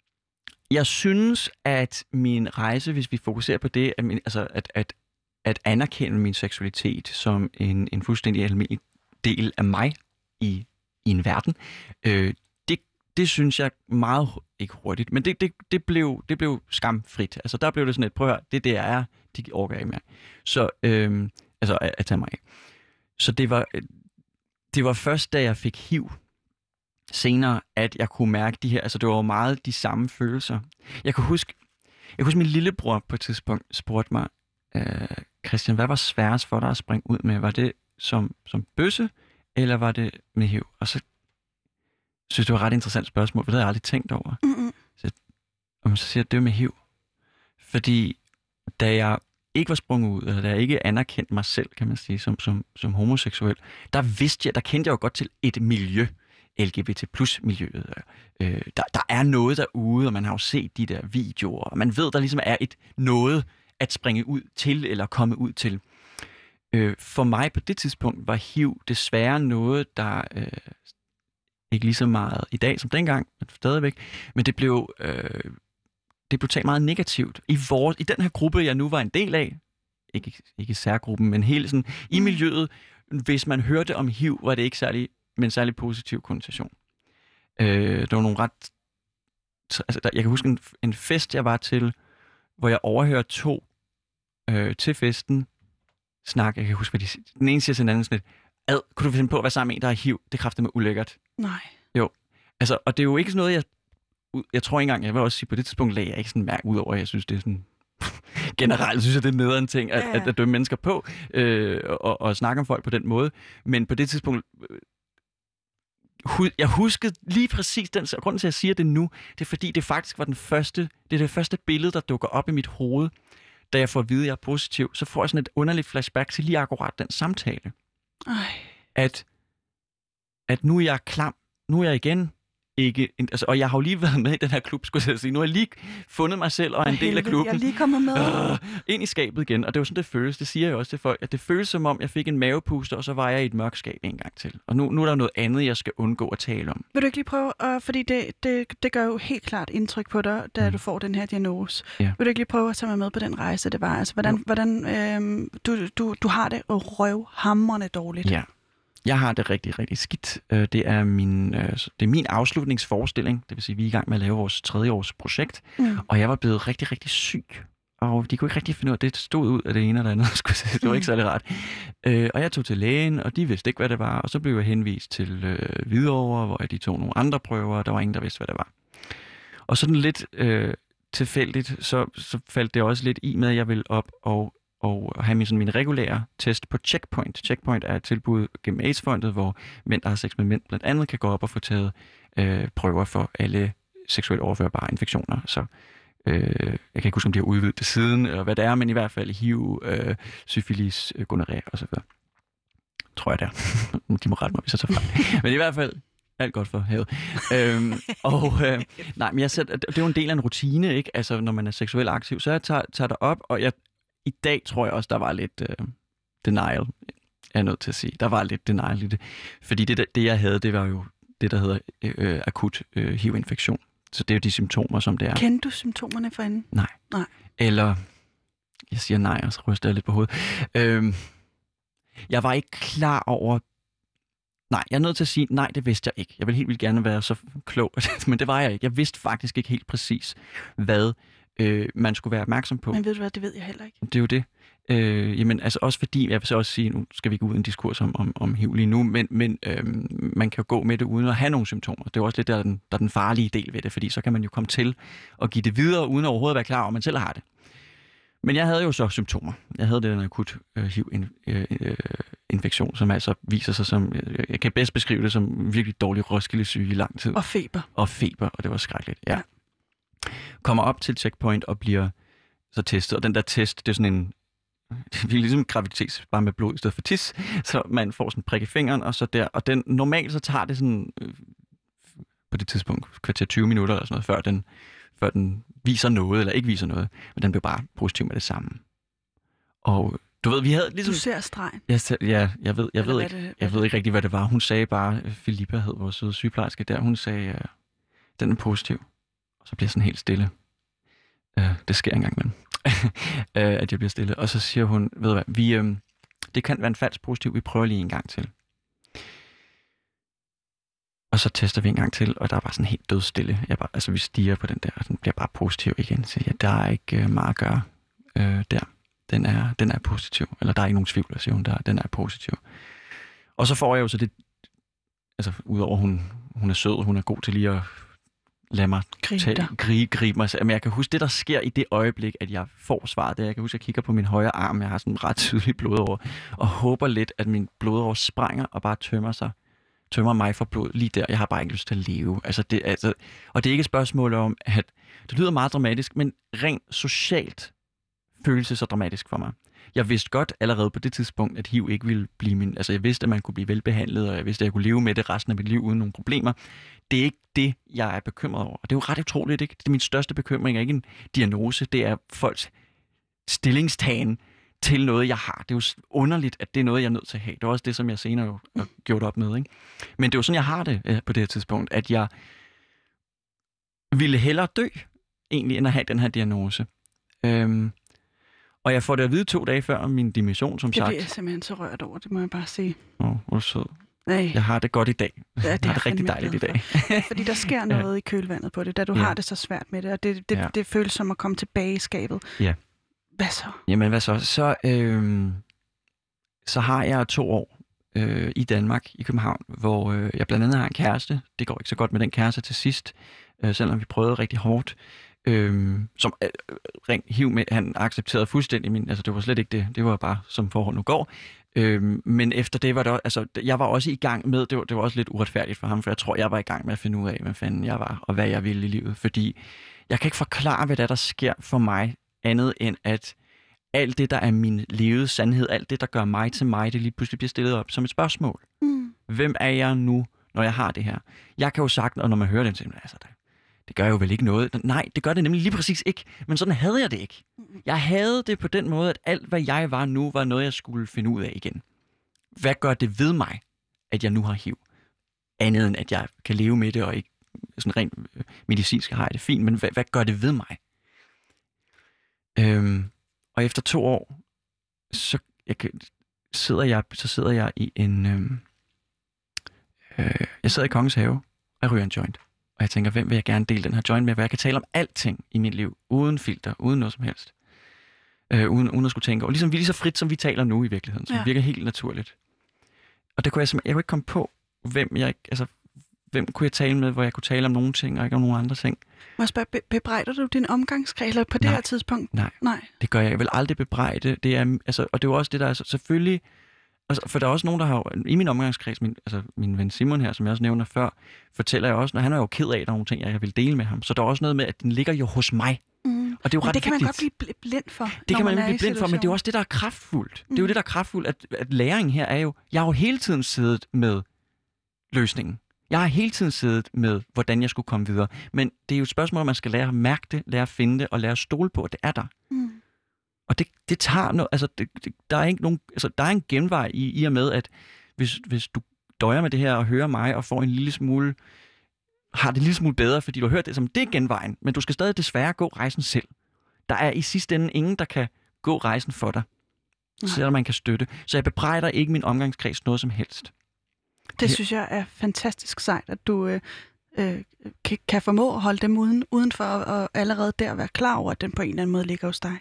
jeg synes, at min rejse, hvis vi fokuserer på det, at, min, altså, at, at, at anerkende min seksualitet som en, en fuldstændig almindelig del af mig i, i en verden, øh, det, det synes jeg meget, ikke hurtigt, men det, det, det, blev, det blev skamfrit. Altså der blev det sådan et, prøv at høre, det der er, de overgår ikke mere. Så, øh, altså at, at tage mig af. Så det var, det var først, da jeg fik H I V senere, at jeg kunne mærke de her, altså det var meget de samme følelser. Jeg kan huske, jeg kan huske min lillebror på et tidspunkt spurgte mig, øh, Christian, hvad var sværest for dig at springe ud med? Var det som, som bøsse, eller var det med H I V? Og så synes det var et ret interessant spørgsmål, for det havde jeg aldrig tænkt over. Mm-hmm. Så, og så siger jeg, det var med H I V. Fordi da jeg ikke var sprunget ud, eller da jeg ikke anerkendte mig selv, kan man sige, som, som, som homoseksuel, der vidste jeg, der kendte jeg jo godt til et miljø, L G B T plus miljøet. Øh, der, der er noget derude, og man har jo set de der videoer, og man ved, der ligesom er et noget at springe ud til, eller komme ud til. Øh, for mig på det tidspunkt var H I V desværre noget, der øh, ikke lige så meget i dag som dengang, men stadigvæk, men det blev, øh, det blev taget meget negativt. I, vores, I den her gruppe, jeg nu var en del af, ikke, ikke særgruppen, men hele sådan, i miljøet, hvis man hørte om H I V, var det ikke særlig, med en særlig positiv konnotation. Øh, det var nogle ret... Altså, der, jeg kan huske en, en fest, jeg var til, hvor jeg overhørte to øh, til festen snak. Jeg kan huske, hvad de siger. Den ene siger til den anden sådan lidt, ad, kunne du finde på at være sammen med en, der har H I V? Det kræfter med ulækkert. Nej. Jo. Altså, og det er jo ikke sådan noget, jeg... Jeg tror ikke engang, jeg vil også sige, på det tidspunkt lagde jeg ikke sådan mærke ud over, jeg synes, det er sådan... Generelt synes jeg, det er nederen ting, at, ja. at, at dømme mennesker på, øh, og, og snakke om folk på den måde. Men på det tidspunkt... Øh, jeg huskede lige præcis den, og grunden til, at jeg siger det nu, det er fordi, det faktisk var den første, det er det første billede, der dukker op i mit hoved, da jeg får at vide, at jeg er positiv, så får jeg sådan et underligt flashback til lige akkurat den samtale. Ej. At, at nu er jeg klam, nu er jeg igen ikke, altså, og jeg har jo lige været med i den her klub, skulle jeg sige. Nu har jeg lige fundet mig selv og er en del af klubben. Jeg er lige kommet med. Øh, ind i skabet igen, og det var sådan, det føles. Det siger jeg også til folk, at det føles som om, jeg fik en mavepuster, og så var jeg i et mørkt skab en gang til. Og nu, nu er der noget andet, jeg skal undgå at tale om. Vil du ikke lige prøve, uh, fordi det, det, det gør jo helt klart indtryk på dig, da mm. du får den her diagnose. Ja. Vil du ikke lige prøve at tage mig med på den rejse, det var? Altså, hvordan, hvordan øh, du, du, du har det røvhamrende dårligt. Ja. Jeg har det rigtig, rigtig skidt. Det er min, det er min afslutningsforestilling. Det vil sige, at vi er i gang med at lave vores tredje års projekt. Mm. Og jeg var blevet rigtig, rigtig syg. Og de kunne ikke rigtig finde ud af, at det stod ud af det ene eller andet. Det var ikke særlig rart. Og jeg tog til lægen, og de vidste ikke, hvad det var. Og så blev jeg henvist til øh, Hvidovre, hvor de tog nogle andre prøver, og der var ingen, der vidste, hvad det var. Og sådan lidt øh, tilfældigt, så, så faldt det også lidt i med, at jeg ville op og og have min, sådan, min regulære test på Checkpoint. Checkpoint er et tilbud gennem AIDS-fondet, hvor mænd, der har sex med mænd, blandt andet kan gå op og få taget øh, prøver for alle seksuelt overførbare infektioner. Så øh, jeg kan ikke huske, om de har udvidet det siden, eller hvad det er, men i hvert fald H I V, øh, syfilis, øh, gonorrhea osv. Tror jeg det er. De må rette mig, hvis jeg tager fejl. Men i hvert fald alt godt for havet. øhm, og øh, nej, men jeg ser, det er jo en del af en rutine, ikke? Altså, når man er seksuelt aktiv, så jeg tager, tager det op, og jeg i dag tror jeg også, der var lidt øh, denial, er jeg nødt til at sige. Der var lidt denial i det. Fordi det, det jeg havde, det var jo det, der hedder øh, akut øh, H I V-infektion. Så det er jo de symptomer, som det er. Kendte du symptomerne for inden? Nej. Nej. Eller, jeg siger nej, og så ryster jeg lidt på hovedet. Øh, jeg var ikke klar over... Nej, jeg er nødt til at sige, nej, det vidste jeg ikke. Jeg ville helt vildt gerne være så klog, men det var jeg ikke. Jeg vidste faktisk ikke helt præcis, hvad øh, man skulle være opmærksom på. Men ved du hvad, det ved jeg heller ikke. Det er jo det. Øh, jamen, altså også fordi, jeg vil så også sige, nu skal vi ikke ud i en diskurs om, om, om H I V lige nu, men, men øh, man kan jo gå med det uden at have nogle symptomer. Det er jo også lidt der den, der den farlige del ved det, fordi så kan man jo komme til at give det videre, uden at overhovedet være klar over, at man selv har det. Men jeg havde jo så symptomer. Jeg havde den akut øh, H I V-infektion, øh, som altså viser sig som, øh, jeg kan bedst beskrive det som virkelig dårlig Roskilde-syge i lang tid. Og feber. Og feber, og det var skrækkeligt, ja. ja. Kommer op til Checkpoint og bliver så testet, og den der test, det er sådan en, det er ligesom graviditet, bare med blod i stedet for tis, så man får sådan en prik i fingeren, og så der, og den, normalt så tager det sådan, øh, på det tidspunkt, kvarter tyve minutter eller sådan noget, før den, før den viser noget, eller ikke viser noget, men den blev bare positiv med det samme. Og du ved, vi havde ligesom... Du ser stregen. Jeg ser, ja, jeg ved, jeg eller ved ikke, det, jeg ved ikke rigtig, hvad det var. Hun sagde bare, Filippa hed vores søde sygeplejerske der, hun sagde, uh, den er positiv. Og så bliver jeg sådan helt stille. Uh, det sker engang imellem, uh, at jeg bliver stille. Og så siger hun, ved du hvad, vi, um, det kan være en falsk positiv, vi prøver lige en gang til. Og så tester vi en gang til, og der er bare sådan helt dødstille. Jeg bare, altså vi stiger på den der, og den bliver bare positiv igen. Så ja, der er ikke uh, meget at gøre uh, der. Den er, den er positiv. Eller der er ikke nogen tvivl, siger hun, der, den er positiv. Og så får jeg jo så det, altså udover hun, hun er sød, hun er god til lige at lade mig gribe, gribe, gribe mig. Men jeg kan huske, det der sker i det øjeblik, at jeg får svaret, det er, jeg kan huske, at jeg kigger på min højre arm, jeg har sådan en ret tydelig blodåre, og håber lidt, at min blodåre sprænger og bare tømmer sig, tømmer mig for blod lige der. Jeg har bare ikke lyst til at leve. Altså det, altså, og det er ikke et spørgsmål om, at det lyder meget dramatisk, men rent socialt føles det så dramatisk for mig. Jeg vidste godt allerede på det tidspunkt, at H I V ikke ville blive min... Altså jeg vidste, at man kunne blive velbehandlet, og jeg vidste, at jeg kunne leve med det resten af mit liv uden nogle problemer. Det er ikke det, jeg er bekymret over. Og det er jo ret utroligt, ikke? Det er min største bekymring, er ikke en diagnose. Det er folks stillingstagen til noget, jeg har. Det er jo underligt, at det er noget, jeg er nødt til at have. Det er også det, som jeg senere jo har gjort op med, ikke? Men det er jo sådan, jeg har det øh, på det her tidspunkt, at jeg ville hellere dø, egentlig, end at have den her diagnose. Øhm, Og jeg får det at vide to dage før min dimission, som det sagt. Det bliver jeg simpelthen så rørt over, det må jeg bare sige. Åh, oh, hvor sød. Nej. Jeg har det godt i dag. Ja, det jeg har det rigtig dejligt i dag. Fordi der sker noget ja. i kølvandet på det, da du ja. har det så svært med det, og det, det, ja. det føles som at komme tilbage i skabet. Ja. Hvad så? Jamen, hvad så? Så, øh, så har jeg to år øh, i Danmark, i København, hvor øh, jeg blandt andet har en kæreste. Det går ikke så godt med den kæreste til sidst, øh, selvom vi prøvede rigtig hårdt. Øhm, som øh, ring hiv med, han accepterede fuldstændig min, altså det var slet ikke det, det var bare som forhold nu går. Øhm, men efter det var det, altså jeg var også i gang med, det var, det var også lidt uretfærdigt for ham, for jeg tror, jeg var i gang med at finde ud af, hvad fanden jeg var, og hvad jeg ville i livet, fordi jeg kan ikke forklare, hvad der, der sker for mig, andet end at alt det, der er min levede sandhed, alt det, der gør mig til mig, det lige pludselig bliver stillet op som et spørgsmål. Mm. Hvem er jeg nu, når jeg har det her? Jeg kan jo sagt, og når man hører det, så altså det Det gør jo vel ikke noget. Nej, det gør det nemlig lige præcis ikke. Men sådan havde jeg det ikke. Jeg havde det på den måde, at alt, hvad jeg var nu, var noget, jeg skulle finde ud af igen. Hvad gør det ved mig, at jeg nu har H I V? Andet end, at jeg kan leve med det, og ikke sådan rent medicinsk har jeg det fint, men hvad, hvad gør det ved mig? Øhm, og efter to år, så, jeg, sidder, jeg, så sidder jeg i en... Øhm, øh, jeg sidder i Kongens Have og ryger en joint. Og jeg tænker, hvem vil jeg gerne dele den her joint med, hvor jeg kan tale om alting i mit liv, uden filter, uden noget som helst. Øh, uden, uden at skulle tænke over. Ligesom vi lige så frit, som vi taler nu i virkeligheden, som ja. virker helt naturligt. Og det kunne jeg simpelthen, jeg kunne ikke komme på, hvem jeg, altså, hvem kunne jeg tale med, hvor jeg kunne tale om nogle ting, og ikke om nogle andre ting. Må jeg spørge, be- bebrejder du din omgangskreds på det nej, her tidspunkt? Nej, nej, det gør jeg. Jeg vil aldrig bebrejde. Det er, altså, og det er jo også det, der er selvfølgelig... Altså, for der er også nogen, der har i min omgangskreds, min, altså min ven Simon her, som jeg også nævner før, fortæller jeg også, når han er jo ked af, at der er nogle ting, jeg vil dele med ham. Så der er også noget med, at den ligger jo hos mig. Mm. Og det er jo men ret det kan vigtigt. man godt blive blind for. Det kan man, man blive blind for, men det er jo også det, der er kraftfuldt. Mm. Det er jo det, der er kraftfuldt, at, at læring her er jo, jeg har jo hele tiden siddet med løsningen. Jeg har hele tiden siddet med, hvordan jeg skulle komme videre. Men det er jo et spørgsmål, om man skal lære at mærke det, lære at finde det, og lære at stole på, at det er der. Mm. Og det, det tager noget, altså det, det, der er ikke nogen, altså der er en genvej i, i og med, at hvis, hvis du døjer med det her og hører mig og får en lille smule, har det en lille smule bedre, fordi du har hørt det som, det er genvejen, men du skal stadig desværre gå rejsen selv. Der er i sidste ende ingen, der kan gå rejsen for dig, nej, selvom man kan støtte. Så jeg bebrejder ikke min omgangskreds noget som helst. Det ja. synes jeg er fantastisk sejt, at du øh, øh, kan, kan formå at holde dem uden, udenfor og allerede der være klar over, at den på en eller anden måde ligger hos dig.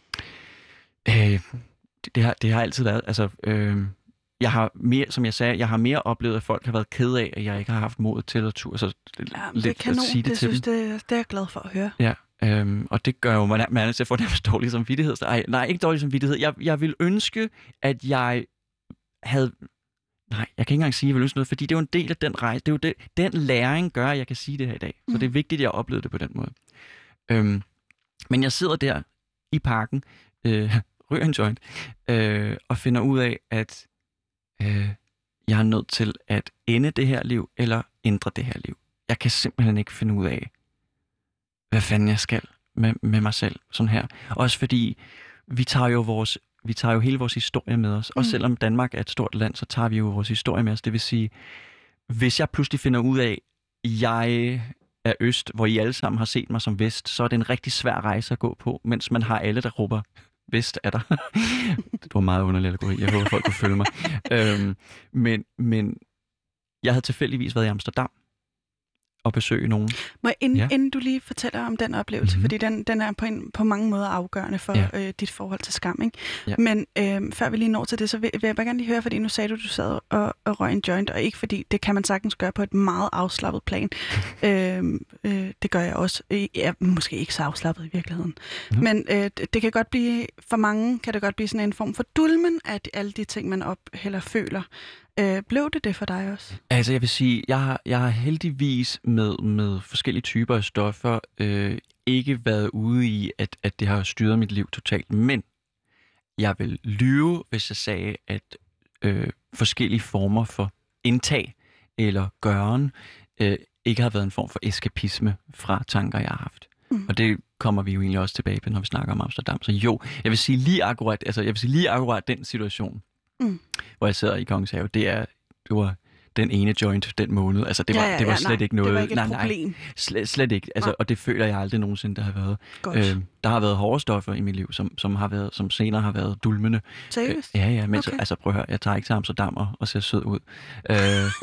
Øh, det, det, har, det har altid været, altså, øh, jeg har mere, som jeg sagde, jeg har mere oplevet, at folk har været ked af, at jeg ikke har haft mod til at tur, så ja, lidt det kan at sige det, det til synes, dem. Det, det er jeg glad for at høre. Ja, øh, og det gør jo, man, man er til at få nærmest dårlig samvittighed. Nej, nej, ikke dårlig samvittighed. Jeg, jeg vil ønske, at jeg havde, nej, jeg kan ikke engang sige, at jeg vil ønske noget, fordi det er jo en del af den rejse, det er jo det, den læring gør, at jeg kan sige det her i dag. Så mm. det er vigtigt, at jeg oplevede det på den måde. Øh, men jeg sidder der i parken, øh, ryger en joint, øh, og finder ud af, at øh, jeg er nødt til at ende det her liv, eller ændre det her liv. Jeg kan simpelthen ikke finde ud af, hvad fanden jeg skal med, med mig selv, sådan her. Også fordi, vi tager jo vores, vi tager jo hele vores historie med os. Mm. Og selvom Danmark er et stort land, så tager vi jo vores historie med os. Det vil sige, hvis jeg pludselig finder ud af, jeg er øst, hvor I alle sammen har set mig som vest, så er det en rigtig svær rejse at gå på, mens man har alle, der råber, vest er der. Det var meget underlig allegori. Jeg håber, folk kunne følge mig. øhm, men, men jeg havde tilfældigvis været i Amsterdam, at besøge nogen. Må jeg, inden, Ja. inden du lige fortæller om den oplevelse, Mhm. fordi den, den er på, en, på mange måder afgørende for Ja. øh, dit forhold til skam, ikke? Ja. Men øh, før vi lige når til det, så vil, vil jeg bare gerne lige høre, fordi nu sagde du, du sad og, og røg en joint, og ikke fordi det kan man sagtens gøre på et meget afslappet plan. øh, øh, det gør jeg også. Jeg er måske ikke så afslappet i virkeligheden. Mhm. Men øh, det, det kan godt blive, for mange kan det godt blive sådan en form for dulmen af alle de ting, man op eller føler. Øh, blev det det for dig også? Altså jeg vil sige, jeg har, jeg har heldigvis med, med forskellige typer af stoffer øh, ikke været ude i, at, at det har styret mit liv totalt. Men jeg vil lyve, hvis jeg sagde, at øh, forskellige former for indtag eller gøren øh, ikke har været en form for eskapisme fra tanker, jeg har haft. Mm. Og det kommer vi jo egentlig også tilbage på, når vi snakker om Amsterdam. Så jo, jeg vil sige lige akkurat, altså jeg vil sige lige akkurat den situation, Mm. hvor jeg sidder i Kongens Have, det er, det var den ene joint den måned. Altså det var, Ja, ja, det var ja, slet nej, ikke noget. det var ikke et nej, nej, problem. slet, slet ikke. Altså, Nej. og det føler jeg aldrig nogensinde, der har været. Godt. Øh, der har været hårde stoffer i mit liv, som, som, har været, som senere har været dulmende. Seriøst? Øh, ja, ja, men Okay. okay. altså prøv at høre, jeg tager ikke til Amsterdam og, og ser sød ud. øh,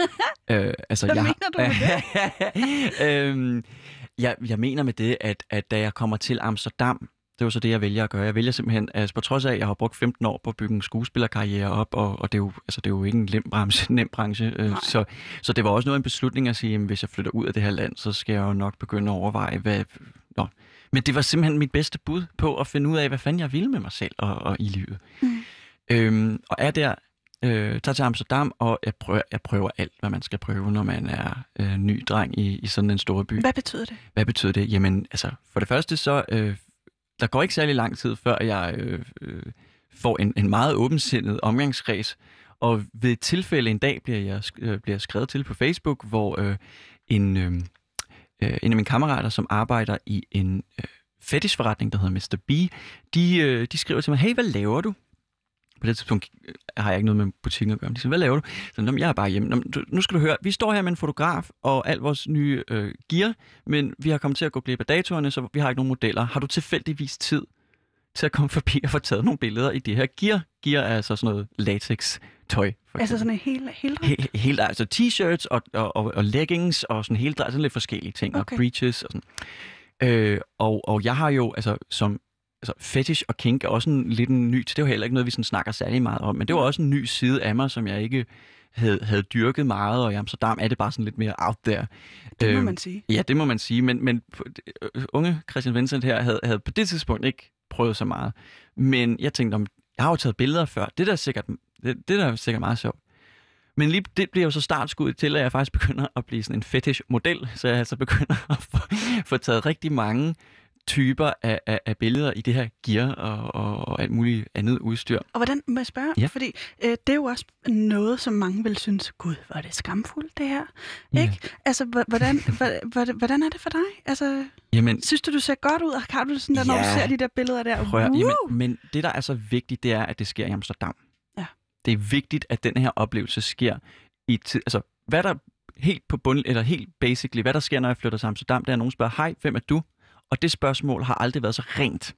øh, altså, Hvad jeg, mener du med det? øhm, jeg, jeg mener med det, at, at da jeg kommer til Amsterdam, det er jo så det, jeg vælger at gøre. Jeg vælger simpelthen, altså på trods af, at jeg har brugt femten år på at bygge en skuespillerkarriere op, og, og det, er jo, altså, det er jo ikke en nem branche, nem branche øh, så, så det var også noget af en beslutning at sige, at hvis jeg flytter ud af det her land, så skal jeg jo nok begynde at overveje, hvad... Nå. Men det var simpelthen mit bedste bud på at finde ud af, hvad fanden jeg ville med mig selv og, og i livet. Mm. Øhm, og er der, øh, tager til Amsterdam, og jeg prøver, jeg prøver alt, hvad man skal prøve, når man er øh, ny dreng i, i sådan en stor by. Hvad betyder det? Hvad betyder det? Jamen, altså, for det første så... Øh, der går ikke særlig lang tid, før jeg øh, øh, får en, en meget åbensindet omgangskreds. Og ved et tilfælde en dag bliver jeg, øh, bliver jeg skrevet til på Facebook, hvor øh, en, øh, øh, en af mine kammerater, som arbejder i en øh, fetishforretning, der hedder mister B, de, øh, de skriver til mig, hey, hvad laver du? På det tidspunkt har jeg ikke noget med butikken at gøre. De siger, hvad laver du? Så jeg er bare hjemme. Nå, nu skal du høre, vi står her med en fotograf og al vores nye øh, gear, men vi har kommet til at gå glip af datorerne, så vi har ikke nogen modeller. Har du tilfældigvis tid til at komme forbi og få taget nogle billeder i det her gear? Gear er altså sådan noget latex-tøj. Altså sådan en hel, helt He, helt, altså t-shirts og, og, og, og leggings og sådan helt, sådan lidt forskellige ting, Okay. og breeches og sådan. Øh, og, og jeg har jo, altså som altså fetish og kink er også en lidt en ny, det er jo heller ikke noget, vi sådan snakker særlig meget om, men det var også en ny side af mig, som jeg ikke havde, havde dyrket meget, og i Amsterdam er det bare sådan lidt mere out there. Det må Øh, man sige. Ja, det må man sige, men, men øh, unge Christian Vincent her havde, havde på det tidspunkt ikke prøvet så meget. Men jeg tænkte, om jeg har jo taget billeder før, det der er sikkert, det, det der er sikkert meget sjovt. Men lige, det bliver jo så startskuddet til, at jeg faktisk begynder at blive sådan en fetish-model, så jeg altså begynder at få, få taget rigtig mange typer af, af, af billeder i det her gear og, og, og alt muligt andet udstyr. Og hvordan, må jeg spørge? Ja. Fordi øh, det er jo også noget, som mange vil synes, gud, hvor er det skamfuldt, det her. Ja. Ikke? Altså, h- hvordan, h- hvordan er det for dig? Altså, Jamen, synes du, du ser godt ud, og har du det sådan der, når Ja. du ser de der billeder der? prøv at, Woo! jamen, men det, der er så vigtigt, det er, at det sker i Amsterdam. Ja. Det er vigtigt, at den her oplevelse sker i tid. Altså, hvad der helt på bund, eller helt basically, hvad der sker, når jeg flytter til Amsterdam, det er, at nogen spørger, hej, hvem er du? Og det spørgsmål har aldrig været så rent,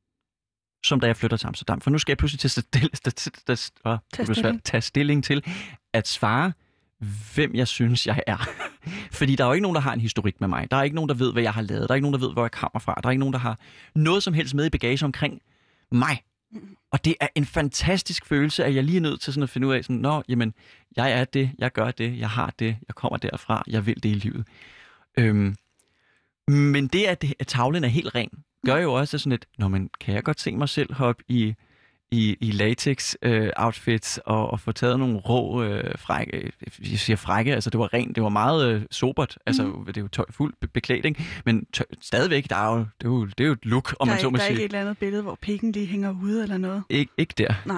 som da jeg flytter til Amsterdam. For nu skal jeg pludselig til at stil- st- st- st- åh, det bliver svært. tage stilling til at svare, hvem jeg synes, jeg er. Fordi der er jo ikke nogen, der har en historik med mig. Der er ikke nogen, der ved, hvad jeg har lavet. Der er ikke nogen, der ved, hvor jeg kommer fra. Der er ikke nogen, der har noget som helst med i bagage omkring mig. Og det er en fantastisk følelse, at jeg lige er nødt til sådan at finde ud af, sådan, nå, jamen, jeg er det, jeg gør det, jeg har det, jeg kommer derfra, jeg vil det i livet. Øhm, men det, at, det, at tavlen er helt ren, gør jo også sådan et, nå, men kan jeg godt se mig selv hoppe i, i, i latex-outfits øh, og, og få taget nogle rå, øh, frække, jeg siger frække, altså det var rent, det var meget øh, sobert, altså Mhm. det er jo tøj, fuldt be- beklædt, ikke? Men tøj, stadigvæk, der er jo, det, er jo, det er jo et look, om Der man er, så må der er sige. ikke et eller andet billede, hvor pikken lige hænger ude eller noget. Ik- ikke der. Nej.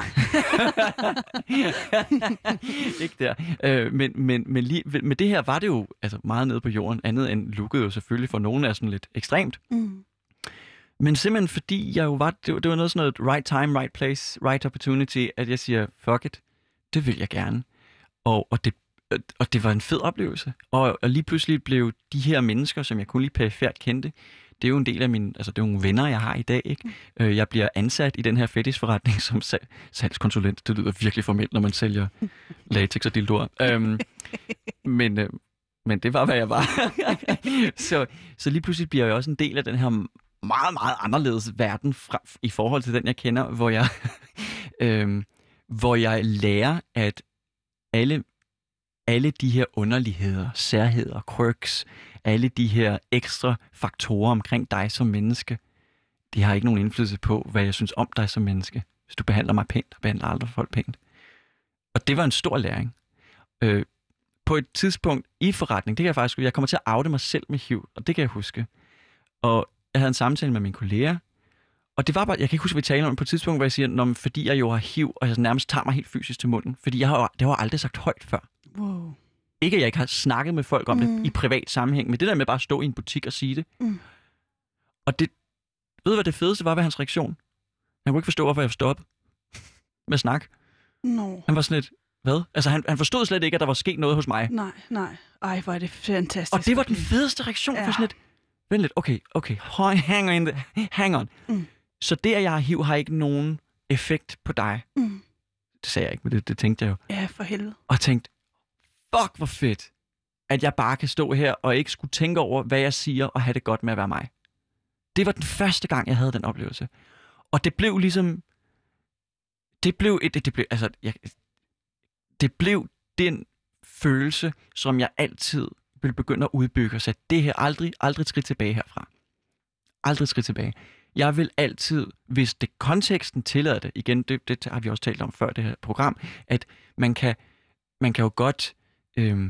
ikke der. Øh, men, men, men lige, med det her var det jo altså meget nede på jorden, andet end looket jo selvfølgelig for nogen er sådan lidt ekstremt. Mm. Men simpelthen fordi jeg jo var, det, var- det var noget sådan noget right time, right place, right opportunity, at jeg siger, fuck it, det vil jeg gerne. Og, og, det, og det var en fed oplevelse. Og, og lige pludselig blev de her mennesker, som jeg kun lige perifært kendte, det er jo en del af mine, altså det er nogle venner, jeg har i dag, ikke? Mm. Jeg bliver ansat i den her fetishforretning som sal- salgskonsulent. Det lyder virkelig formelt, når man sælger latex og dildoer. øhm, men, øh, men det var, hvad jeg var. så, så lige pludselig bliver jeg også en del af den her meget, meget anderledes verden fra, i forhold til den, jeg kender, hvor jeg, øhm, hvor jeg lærer, at alle, alle de her underligheder, særheder, quirks, alle de her ekstra faktorer omkring dig som menneske, det har ikke nogen indflydelse på, hvad jeg synes om dig som menneske. Hvis du behandler mig pænt, og behandler andre folk pænt. Og det var en stor læring. Øh, på et tidspunkt i forretning, det kan jeg faktisk, jeg kommer til at oute mig selv med H I V, og det kan jeg huske. Og jeg havde en samtale med mine kolleger, og det var bare, jeg kan ikke huske, hvad vi taler om på et tidspunkt, hvor jeg siger, Nå, fordi jeg jo har H I V, og jeg nærmest tager mig helt fysisk til munden, fordi jeg har, det har jeg aldrig sagt højt før. Wow. Ikke, at jeg ikke har snakket med folk om mm. det i privat sammenhæng, men det der med bare at stå i en butik og sige det. Mm. Og det, ved du hvad det fedeste var ved hans reaktion? Han kunne ikke forstå, hvorfor jeg stoppede med snak. No. Han var sådan lidt, hvad? Altså, han, han forstod slet ikke, at der var sket noget hos mig. Nej, nej. Ej, hvor er det fantastisk. Og det var den fedeste reaktion ja. for sådan lidt, vent lidt, okay, okay, hang on, hang on. Mm. Så det, at jeg har H I V, har ikke nogen effekt på dig. Mm. Det sagde jeg ikke, men det, det tænkte jeg jo. Ja, for helvede. Og jeg tænkte, fuck, hvor fedt, at jeg bare kan stå her og ikke skulle tænke over, hvad jeg siger, og have det godt med at være mig. Det var den første gang, jeg havde den oplevelse. Og det blev ligesom, det blev, det, det blev, altså, jeg, det blev den følelse, som jeg altid vil begynde at udbygge, så det her aldrig, aldrig et skridt tilbage herfra. Aldrig et skridt tilbage. Jeg vil altid, hvis det konteksten tillader det, igen, det, det har vi også talt om før det her program, at man kan, man kan jo godt, øhm,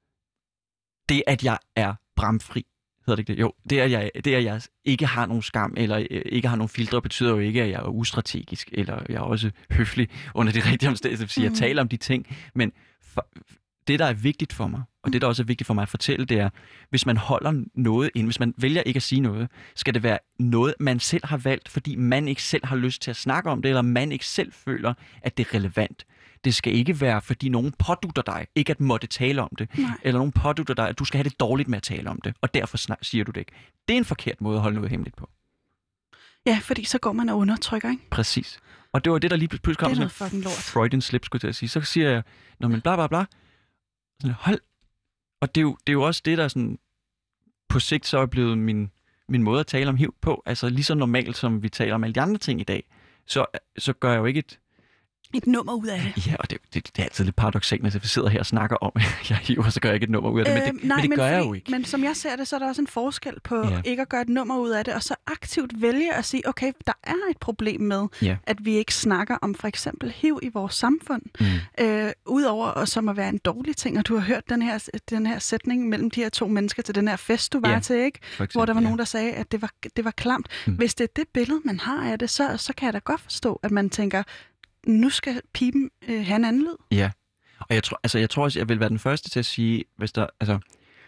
det at jeg er bramfri, hedder det ikke det? Jo, det at jeg, det at jeg ikke har nogen skam, eller ikke har nogen filtre, betyder jo ikke, at jeg er ustrategisk, eller jeg er også høflig under de rigtige omstændigheder, så jeg mm. taler om de ting, men for, det, der er vigtigt for mig, og det, der også er vigtigt for mig at fortælle, det er, hvis man holder noget ind, hvis man vælger ikke at sige noget, skal det være noget, man selv har valgt, fordi man ikke selv har lyst til at snakke om det, eller man ikke selv føler, at det er relevant. Det skal ikke være, fordi nogen pådutter dig ikke at måtte tale om det, Nej. eller nogen pådutter dig, at du skal have det dårligt med at tale om det, og derfor snak, siger du det ikke. Det er en forkert måde at holde noget hemmeligt på. Ja, fordi så går man og undertrykker, ikke? Præcis. Og det var det, der lige pludselig kom sådan en Freudian slip, skulle jeg til at sige. Så siger jeg, når man bla bla bla, sådan, hold. Og det er, jo, det er jo også det, der sådan, på sigt så er blevet min, min måde at tale om H I V på. Altså lige så normalt, som vi taler om alle de andre ting i dag, så, så gør jeg jo ikke et... Et nummer ud af det. Ja, og det, det, det er altid lidt paradoksalt, når vi sidder her og snakker om, at jeg hiver, og så gør jeg ikke et nummer ud af det. Men det, øh, nej, men det men gør fordi, jeg jo ikke. Men som jeg ser det, så er der også en forskel på ja. ikke at gøre et nummer ud af det, og så aktivt vælge at sige, okay, der er et problem med, ja. at vi ikke snakker om for eksempel H I V i vores samfund. Mm. Øh, Udover og som at være en dårlig ting, og du har hørt den her, den her sætning mellem de her to mennesker til den her fest, du var ja. til, ikke? Eksempel, hvor der var ja. nogen, der sagde, at det var, det var klamt. Mm. Hvis det er det billede, man har af det, så, så kan jeg da godt forstå, at man tænker, nu skal pipen øh, have en anden lyd. Ja, og jeg tror, altså, jeg tror også, jeg vil være den første til at sige, hvis der, altså,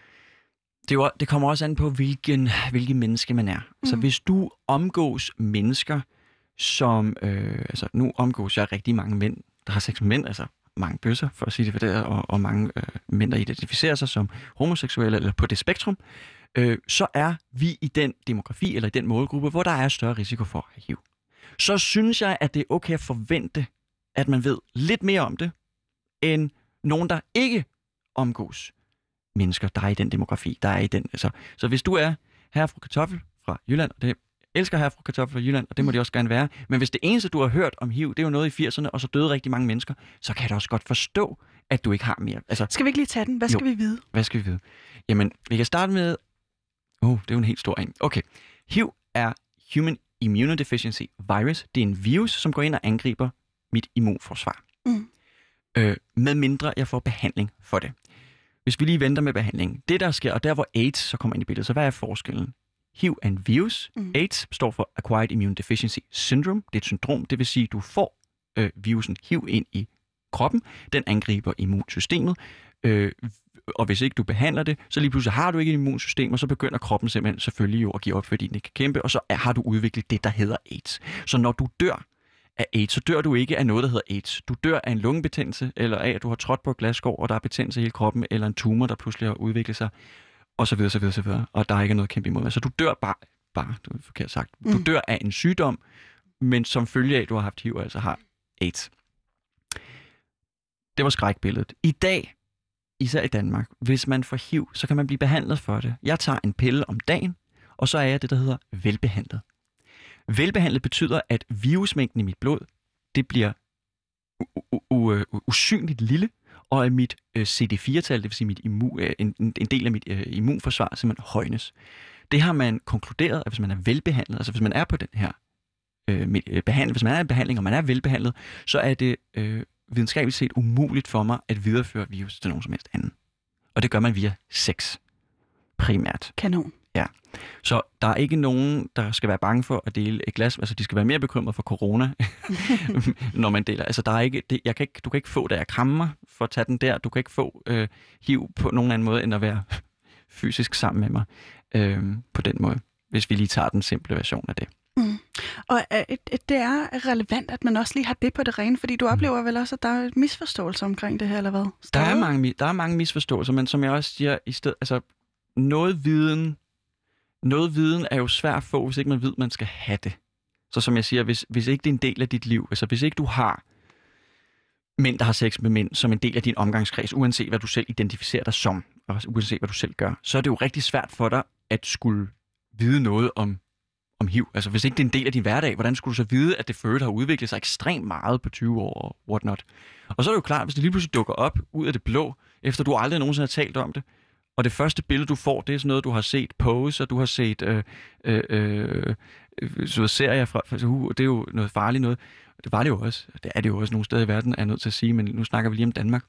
det, jo, det kommer også an på, hvilken, hvilken menneske man er. Mm. Så hvis du omgås mennesker, som, øh, altså nu omgås jeg rigtig mange mænd, der har sex med mænd, altså mange bøsser, for at sige det for det, og, og mange øh, mænd, der identificerer sig som homoseksuelle, eller på det spektrum, øh, så er vi i den demografi, eller i den målgruppe, hvor der er større risiko for at have H I V. Så synes jeg, at det er okay at forvente, at man ved lidt mere om det, end nogen, der ikke omgås mennesker, der er i den demografi, der er i den. Altså, så hvis du er herre fra Kartoffel fra Jylland, og det elsker herre fra Kartoffel fra Jylland, og det må de også gerne være, men hvis det eneste, du har hørt om H I V, det er jo noget i firserne, og så døde rigtig mange mennesker, så kan jeg da også godt forstå, at du ikke har mere. Altså, skal vi ikke lige tage den? Hvad skal jo, vi vide? Hvad skal vi vide? Jamen, vi kan starte med... Åh, oh, det er jo en helt stor en. Okay. H I V er Human Immunodeficiency Virus. Det er en virus, som går ind og angriber mit immunforsvar. Mm. Øh, med mindre jeg får behandling for det. Hvis vi lige venter med behandlingen. Det der sker, og der hvor AIDS så kommer ind i billedet, så hvad er forskellen? H I V er en virus. Mm. AIDS står for Acquired Immune Deficiency Syndrome. Det er et syndrom, det vil sige, at du får øh, virusen H I V ind i kroppen. Den angriber immunsystemet. Øh, og hvis ikke du behandler det, så lige pludselig har du ikke et immunsystem, og så begynder kroppen simpelthen selvfølgelig jo at give op, fordi den ikke kan kæmpe, og så har du udviklet det, der hedder AIDS. Så når du dør af AIDS, så dør du ikke af noget, der hedder AIDS. Du dør af en lungebetændelse, eller af, at du har trådt på et glasskår, og der er betændelse i hele kroppen, eller en tumor, der pludselig har udviklet sig, og så videre, så videre, så videre, og der er ikke noget at kæmpe imod. Så du dør bare, bare du er forkert sagt, du dør af en sygdom, men som følge af, at du har haft H I V, altså har AIDS. Det var skrækbilledet. I dag især i Danmark, hvis man får H I V, så kan man blive behandlet for det. Jeg tager en pille om dagen, og så er jeg det, der hedder velbehandlet. Velbehandlet betyder, at virusmængden i mit blod, det bliver u- u- u- usynligt lille, og at mit øh, C D fire tal, det vil sige mit immu, øh, en, en del af mit øh, immunforsvar, simpelthen højnes. Det har man konkluderet, at hvis man er velbehandlet, altså hvis man er på den her øh, med, behandling, hvis man er i behandling, og man er velbehandlet, så er det øh, videnskabeligt set umuligt for mig at videreføre virus til nogen som helst anden. Og det gør man via sex, primært. Kanon. Ja. Så der er ikke nogen, der skal være bange for at dele et glas. Altså, de skal være mere bekymrede for corona, når man deler. Altså, der er ikke, det, jeg kan ikke, du kan ikke få, da jeg krammer, for at tage den der. Du kan ikke få øh, H I V på nogen anden måde, end at være fysisk sammen med mig øh, på den måde, hvis vi lige tager den simple version af det. Mm. Og øh, det er relevant, at man også lige har det på det rene, fordi du oplever vel også, at der er misforståelser omkring det her, eller hvad? Der er, mange, der er mange misforståelser, men som jeg også siger, i stedet, altså, noget viden, noget viden er jo svært at få, hvis ikke man ved, at man skal have det. Så som jeg siger, hvis, hvis ikke det er en del af dit liv, altså hvis ikke du har mænd, der har sex med mænd, som en del af din omgangskreds, uanset hvad du selv identificerer dig som, og uanset hvad du selv gør, så er det jo rigtig svært for dig at skulle vide noget om om H I V. Altså, hvis ikke det er en del af din hverdag, hvordan skulle du så vide, at det føde har udviklet sig ekstremt meget på tyve år og whatnot? Og så er det jo klart, hvis det lige pludselig dukker op ud af det blå, efter du aldrig nogensinde har talt om det, og det første billede, du får, det er sådan noget, du har set Pose, og du har set øh, øh, øh, øh, serier fra, uh, det er jo noget farligt noget. Det var det jo også. Det er det jo også nogle steder i verden, er jeg nødt til at sige, men nu snakker vi lige om Danmark.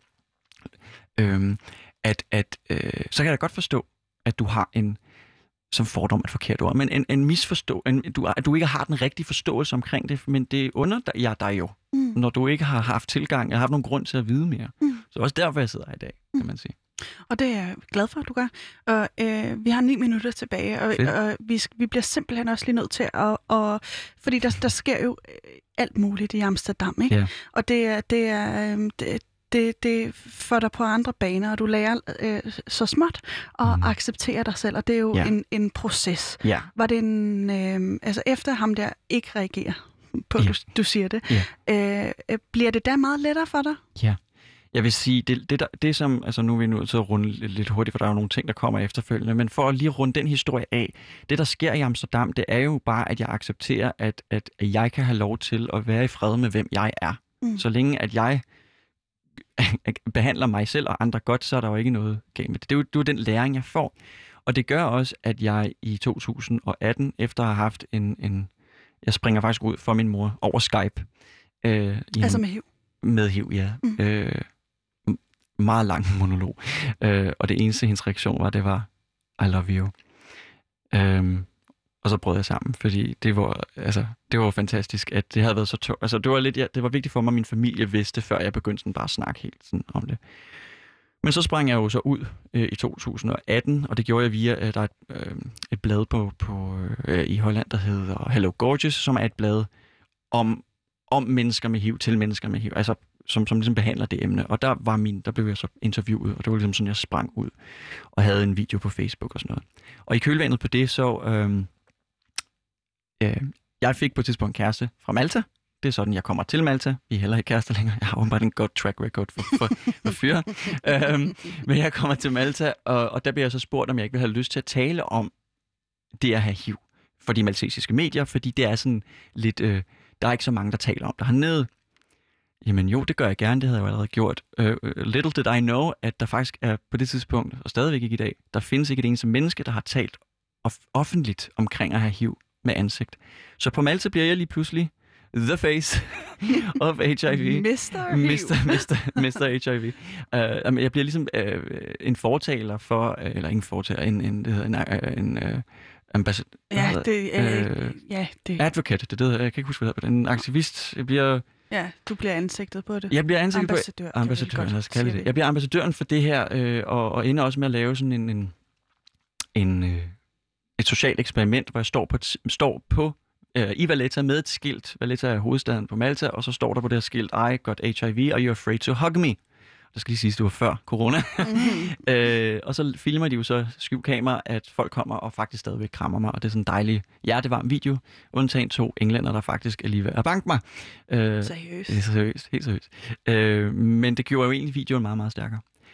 Øhm, at, at, øh, så kan jeg da godt forstå, at du har en som fordom er et forkert ord, men en, en misforstå, en, du, at du ikke har den rigtige forståelse omkring det, men det under ja, dig jo, mm. når du ikke har haft tilgang, jeg har haft nogen grund til at vide mere. Mm. Så også derfor, jeg sidder her i dag, kan man sige. Og det er jeg glad for, at du gør. Og øh, vi har ni minutter tilbage, og, og vi, vi bliver simpelthen også lige nødt til at... Og, fordi der, der sker jo alt muligt i Amsterdam, ikke? Ja. Og det er... Det er øh, det, Det, det får dig på andre baner, og du lærer øh, så småt at mm. acceptere dig selv, og det er jo ja. en, en proces. Ja. Var det en... Øh, altså efter ham der ikke reagerer på, ja. du, du siger det, ja. øh, bliver det da meget lettere for dig? Ja. Jeg vil sige, det, det, der, det som... Altså nu er vi nødt til at runde lidt, lidt hurtigt, for der er jo nogle ting, der kommer efterfølgende, men for at lige runde den historie af, det der sker i Amsterdam, det er jo bare, at jeg accepterer, at, at jeg kan have lov til at være i fred med, hvem jeg er. Mm. Så længe at jeg behandler mig selv og andre godt, så er der jo ikke noget galt med det. Det er jo, det er jo den læring, jeg får. Og det gør også, at jeg i to tusind og atten, efter at have haft en... en jeg springer faktisk ud for min mor over Skype. Øh, altså med H I V? Med H I V, ja. Mm. Øh, meget lang monolog. Øh, og det eneste, hendes reaktion var, det var, I love you. Øh, Og så brød jeg sammen, fordi det var, altså, det var fantastisk, at det havde været så tungt. Altså, det var lidt, ja, det var vigtigt for mig, at min familie vidste, før jeg begyndte sådan bare at snakke helt sådan om det. Men så sprang jeg jo så ud øh, i to tusind og atten, og det gjorde jeg via, øh, der er et, øh, et blad på, på, øh, i Holland, der hedder Hello Gorgeous, som er et blad om, om mennesker med H I V, til mennesker med H I V, altså som, som ligesom behandler det emne. Og der var min, der blev jeg så interviewet, og det var ligesom sådan, jeg sprang ud og havde en video på Facebook og sådan noget. Og i kølvandet på det, så... Øh, Øh, jeg fik på et tidspunkt en kæreste fra Malta. Det er sådan, jeg kommer til Malta. Vi er heller ikke kærester længere. Jeg har jo bare en godt track record for, for, for fyre. øhm, men jeg kommer til Malta, og, og der bliver jeg så spurgt, om jeg ikke vil have lyst til at tale om det at have H I V for de maltesiske medier, fordi det er sådan lidt... Øh, der er ikke så mange, der taler om det hernede. Jamen jo, det gør jeg gerne. Det havde jeg jo allerede gjort. Uh, little did I know, at der faktisk er på det tidspunkt, og stadigvæk ikke i dag, der findes ikke et eneste menneske, der har talt off- offentligt omkring at have H I V med ansigt. Så på Malta bliver jeg lige pludselig the face of H I V. mister H I V. mister mister mister H I V. Uh, jeg bliver ligesom uh, en fortaler for, uh, eller ingen fortaler, en, en, det hedder en, en uh, ambassadør. Ja, det er... Uh, ja, det... Advocate, det hedder, jeg kan ikke huske, hvad det hedder. En aktivist. Jeg bliver... Ja, du bliver ansigtet på det. Jeg bliver ansigtet ambassadør, på... Ambassadør. Lad os kalde det. Jeg bliver ambassadøren for det her, øh, og, og ender også med at lave sådan en... en, en øh, et socialt eksperiment, hvor jeg står på, står på øh, i Valletta med et skilt. Valletta er hovedstaden på Malta, og så står der på det her skilt, I got H I V, are you afraid to hug me? Der skal lige sige, at det var før corona. Mm-hmm. øh, og så filmer de jo så skjult kamera, at folk kommer og faktisk stadigvæk krammer mig, og det er sådan en dejlig hjertevarm video, undtagen to englænder, der faktisk er lige ved at banke mig. Øh, seriøst? Det er seriøst, helt seriøst. Øh, men det gjorde jo egentlig videoen meget, meget stærkere.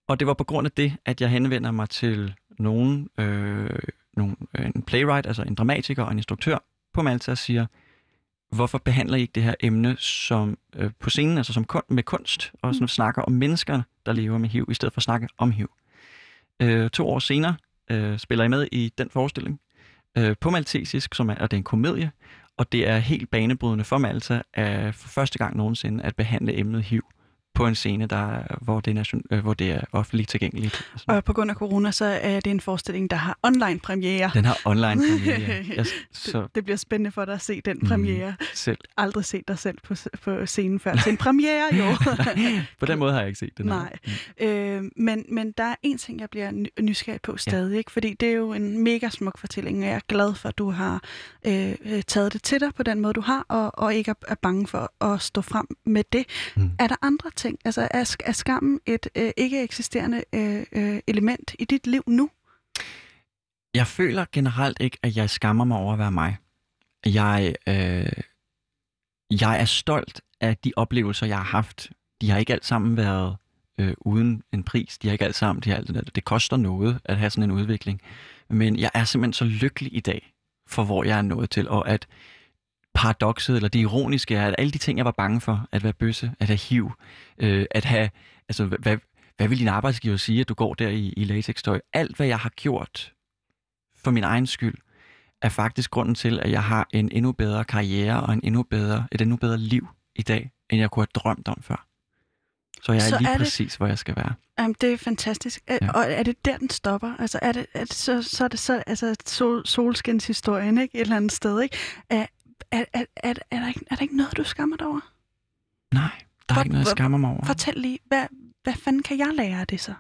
Og det var på grund af det, at jeg henvender mig til nogen, øh, nogen en playwright, altså en dramatiker og en instruktør på Malta og siger, hvorfor behandler I ikke det her emne som øh, på scenen, altså som kun, med kunst, og sådan snakker om mennesker, der lever med H I V, i stedet for at snakke om H I V. Øh, to år senere øh, spiller jeg med i den forestilling øh, på maltesisk, som er, og det er en komedie, og det er helt banebrydende for Malta at for første gang nogensinde at behandle emnet H I V på en scene, der, hvor, det er nation, øh, hvor det er offentligt tilgængeligt. Og på grund af corona, så er det en forestilling, der har online premiere. Den har online premiere. Jeg, så... det, det bliver spændende for dig at se den premiere. Mm, selv. Aldrig set dig selv på, på scenen før. Til en premiere, jo. På den måde har jeg ikke set den. Nej. Mm. Øh, men, men der er en ting, jeg bliver nysgerrig på stadig, ja. Ikke? Fordi det er jo en mega smuk fortælling, og jeg er glad for, at du har øh, taget det til dig på den måde, du har, og, og ikke er bange for at stå frem med det. Mm. Er der andre ting? Altså, er, er skammen et øh, ikke eksisterende øh, øh, element i dit liv nu? Jeg føler generelt ikke, at jeg skammer mig over at være mig. Jeg, øh, jeg er stolt af de oplevelser, jeg har haft. De har ikke alt sammen været øh, uden en pris. De har ikke alt sammen. De har, det koster noget at have sådan en udvikling. Men jeg er simpelthen så lykkelig i dag for, hvor jeg er nået til, og at paradokset, eller det ironiske er, at alle de ting, jeg var bange for, at være bøsse, at have H I V, øh, at have, altså, hvad, hvad vil din arbejdsgiver sige, at du går der i, i latextøj? Alt, hvad jeg har gjort for min egen skyld, er faktisk grunden til, at jeg har en endnu bedre karriere og en endnu bedre, et endnu bedre liv i dag, end jeg kunne have drømt om før. Så jeg er så lige er præcis, det, hvor jeg skal være. Jamen, det er fantastisk. Ja. Og er det der, den stopper? Altså, er det, er det så, så er det så, altså, sol, solskinshistorien, ikke? Et eller andet sted, ikke? Er, Er, er, er, er, der ikke, er der ikke noget, du skammer dig over? Nej, der er hvor, ikke noget, jeg skammer mig over. Fortæl lige, hvad, hvad fanden kan jeg lære af det så?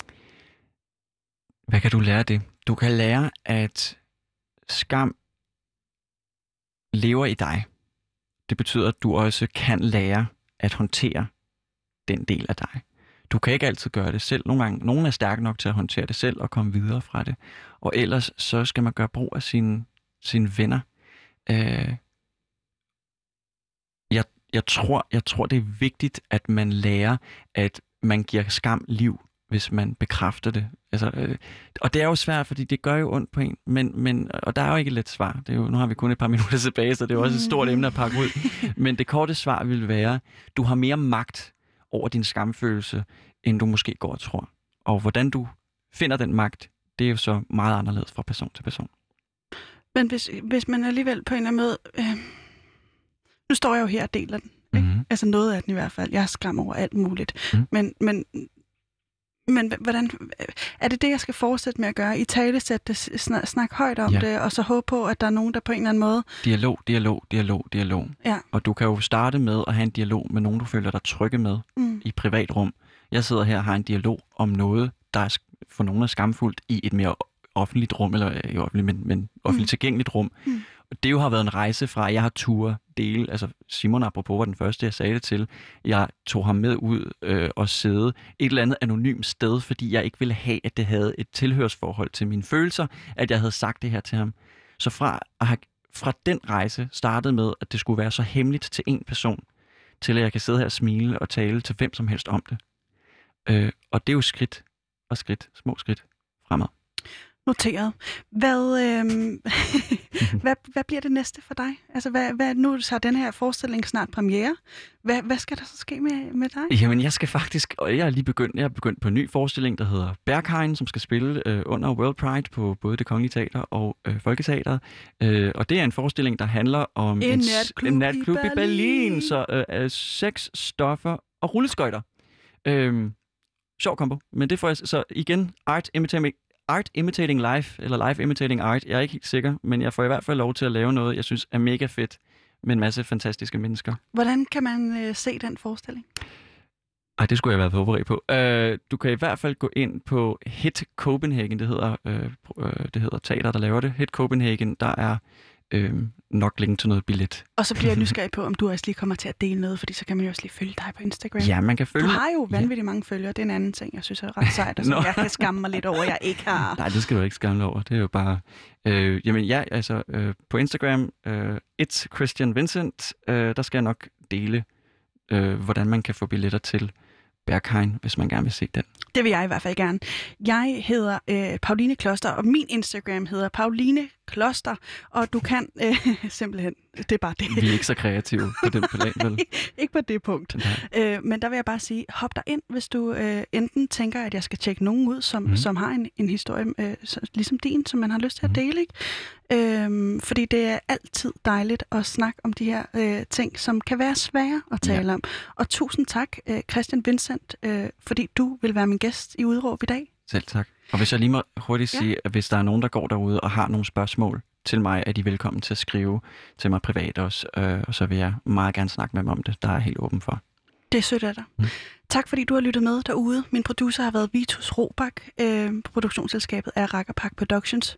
Hvad kan du lære af det? Du kan lære, at skam lever i dig. Det betyder, at du også kan lære at håndtere den del af dig. Du kan ikke altid gøre det selv. Nogle gange, nogen er stærke nok til at håndtere det selv og komme videre fra det. Og ellers så skal man gøre brug af sine, sine venner. Øh, jeg, jeg, tror, jeg tror, det er vigtigt, at man lærer, at man giver skam liv, hvis man bekræfter det. Altså, øh, og det er jo svært, fordi det gør jo ondt på en, men, men, og der er jo ikke et let svar. Det er jo, nu har vi kun et par minutter tilbage, så det er jo også et stort emne at pakke ud. Men det korte svar vil være, du har mere magt over din skamfølelse, end du måske går og tror. Og hvordan du finder den magt, det er jo så meget anderledes fra person til person. Men hvis, hvis man alligevel på en eller anden måde... Øh, nu står jeg jo her og deler den. Ikke? Mm-hmm. Altså noget af den i hvert fald. Jeg skam over alt muligt. Mm. Men, men, men hvordan... Er det det, jeg skal fortsætte med at gøre? I talesæt det, snak, snak højt om ja. det, og så håbe på, at der er nogen, der på en eller anden måde... Dialog, dialog, dialog, dialog. Ja. Og du kan jo starte med at have en dialog med nogen, du føler dig trygge med mm. i privat rum. Jeg sidder her og har en dialog om noget, der er for nogen er skamfuldt i et mere offentligt rum, eller ikke offentligt, men, men offentligt mm. tilgængeligt rum. Mm. Det jo har været en rejse fra, at jeg har tur dele, altså Simon apropos var den første, jeg sagde det til. Jeg tog ham med ud øh, og sidde et eller andet anonymt sted, fordi jeg ikke ville have, at det havde et tilhørsforhold til mine følelser, at jeg havde sagt det her til ham. Så fra, at have, fra den rejse startede med, at det skulle være så hemmeligt til en person, til at jeg kan sidde her og smile og tale til hvem som helst om det. Øh, og det er jo skridt og skridt, små skridt fremad. Noteret. Hvad, øh, hvad, hvad bliver det næste for dig? Altså, hvad, hvad, nu har den her forestilling snart premiere. Hvad, hvad skal der så ske med, med dig? Jamen, jeg skal faktisk... Og jeg er lige begyndt, jeg er begyndt på en ny forestilling, der hedder Berghain, som skal spille øh, under World Pride på både Det Kongelige Teater og øh, Folketeateret. Øh, og det er en forestilling, der handler om en, en natklub, en natklub i, i Berlin. Berlin. Så øh, sex, stoffer og rulleskøjter. Øh, sjov kombo. Men det får jeg... Så igen, art imitating... Art imitating life, eller life imitating art. Jeg er ikke helt sikker, men jeg får i hvert fald lov til at lave noget, jeg synes er mega fedt, med en masse fantastiske mennesker. Hvordan kan man øh, se den forestilling? Ej, det skulle jeg være forberedt på. Uh, du kan i hvert fald gå ind på Hit Copenhagen, det hedder, uh, uh, det hedder teater, der laver det. Hit Copenhagen, der er uh, nok link til noget billet. Og så bliver jeg nysgerrig på, om du også lige kommer til at dele noget, fordi så kan man jo også lige følge dig på Instagram. Ja, man kan følge... Du har jo vanvittigt ja. mange følgere, det er en anden ting, jeg synes er ret sejt, og som jeg kan skamme mig lidt over, jeg ikke har. Nej, det skal du ikke skamme over, det er jo bare... Øh, jamen ja, altså øh, på Instagram, øh, It's Christian Vincent, øh, der skal jeg nok dele, øh, hvordan man kan få billetter til Berghain, hvis man gerne vil se den. Det vil jeg i hvert fald gerne. Jeg hedder øh, Pauline Kloster, og min Instagram hedder Pauline Kloster, og du kan øh, simpelthen, det er bare det. Vi er ikke så kreative på den plan, vel? Ikke på det punkt. Øh, men der vil jeg bare sige, hop der ind, hvis du øh, enten tænker, at jeg skal tjekke nogen ud, som, mm. som har en, en historie, øh, så, ligesom din, som man har lyst til at dele. Ikke? Øh, fordi det er altid dejligt at snakke om de her øh, ting, som kan være svære at tale ja. om. Og tusind tak, øh, Christian Vincent, øh, fordi du vil være min gæst i Udråb i dag. Selv tak. Og hvis jeg lige må hurtigt ja. sige, at hvis der er nogen, der går derude og har nogle spørgsmål til mig, er de velkommen til at skrive til mig privat også, øh, og så vil jeg meget gerne snakke med dem om det. Der er jeg helt åben for. Det er sødt af dig. Mm. Tak fordi du har lyttet med derude. Min producer har været Vitus Robak. Øh, produktionsselskabet er Rakkerpak Productions.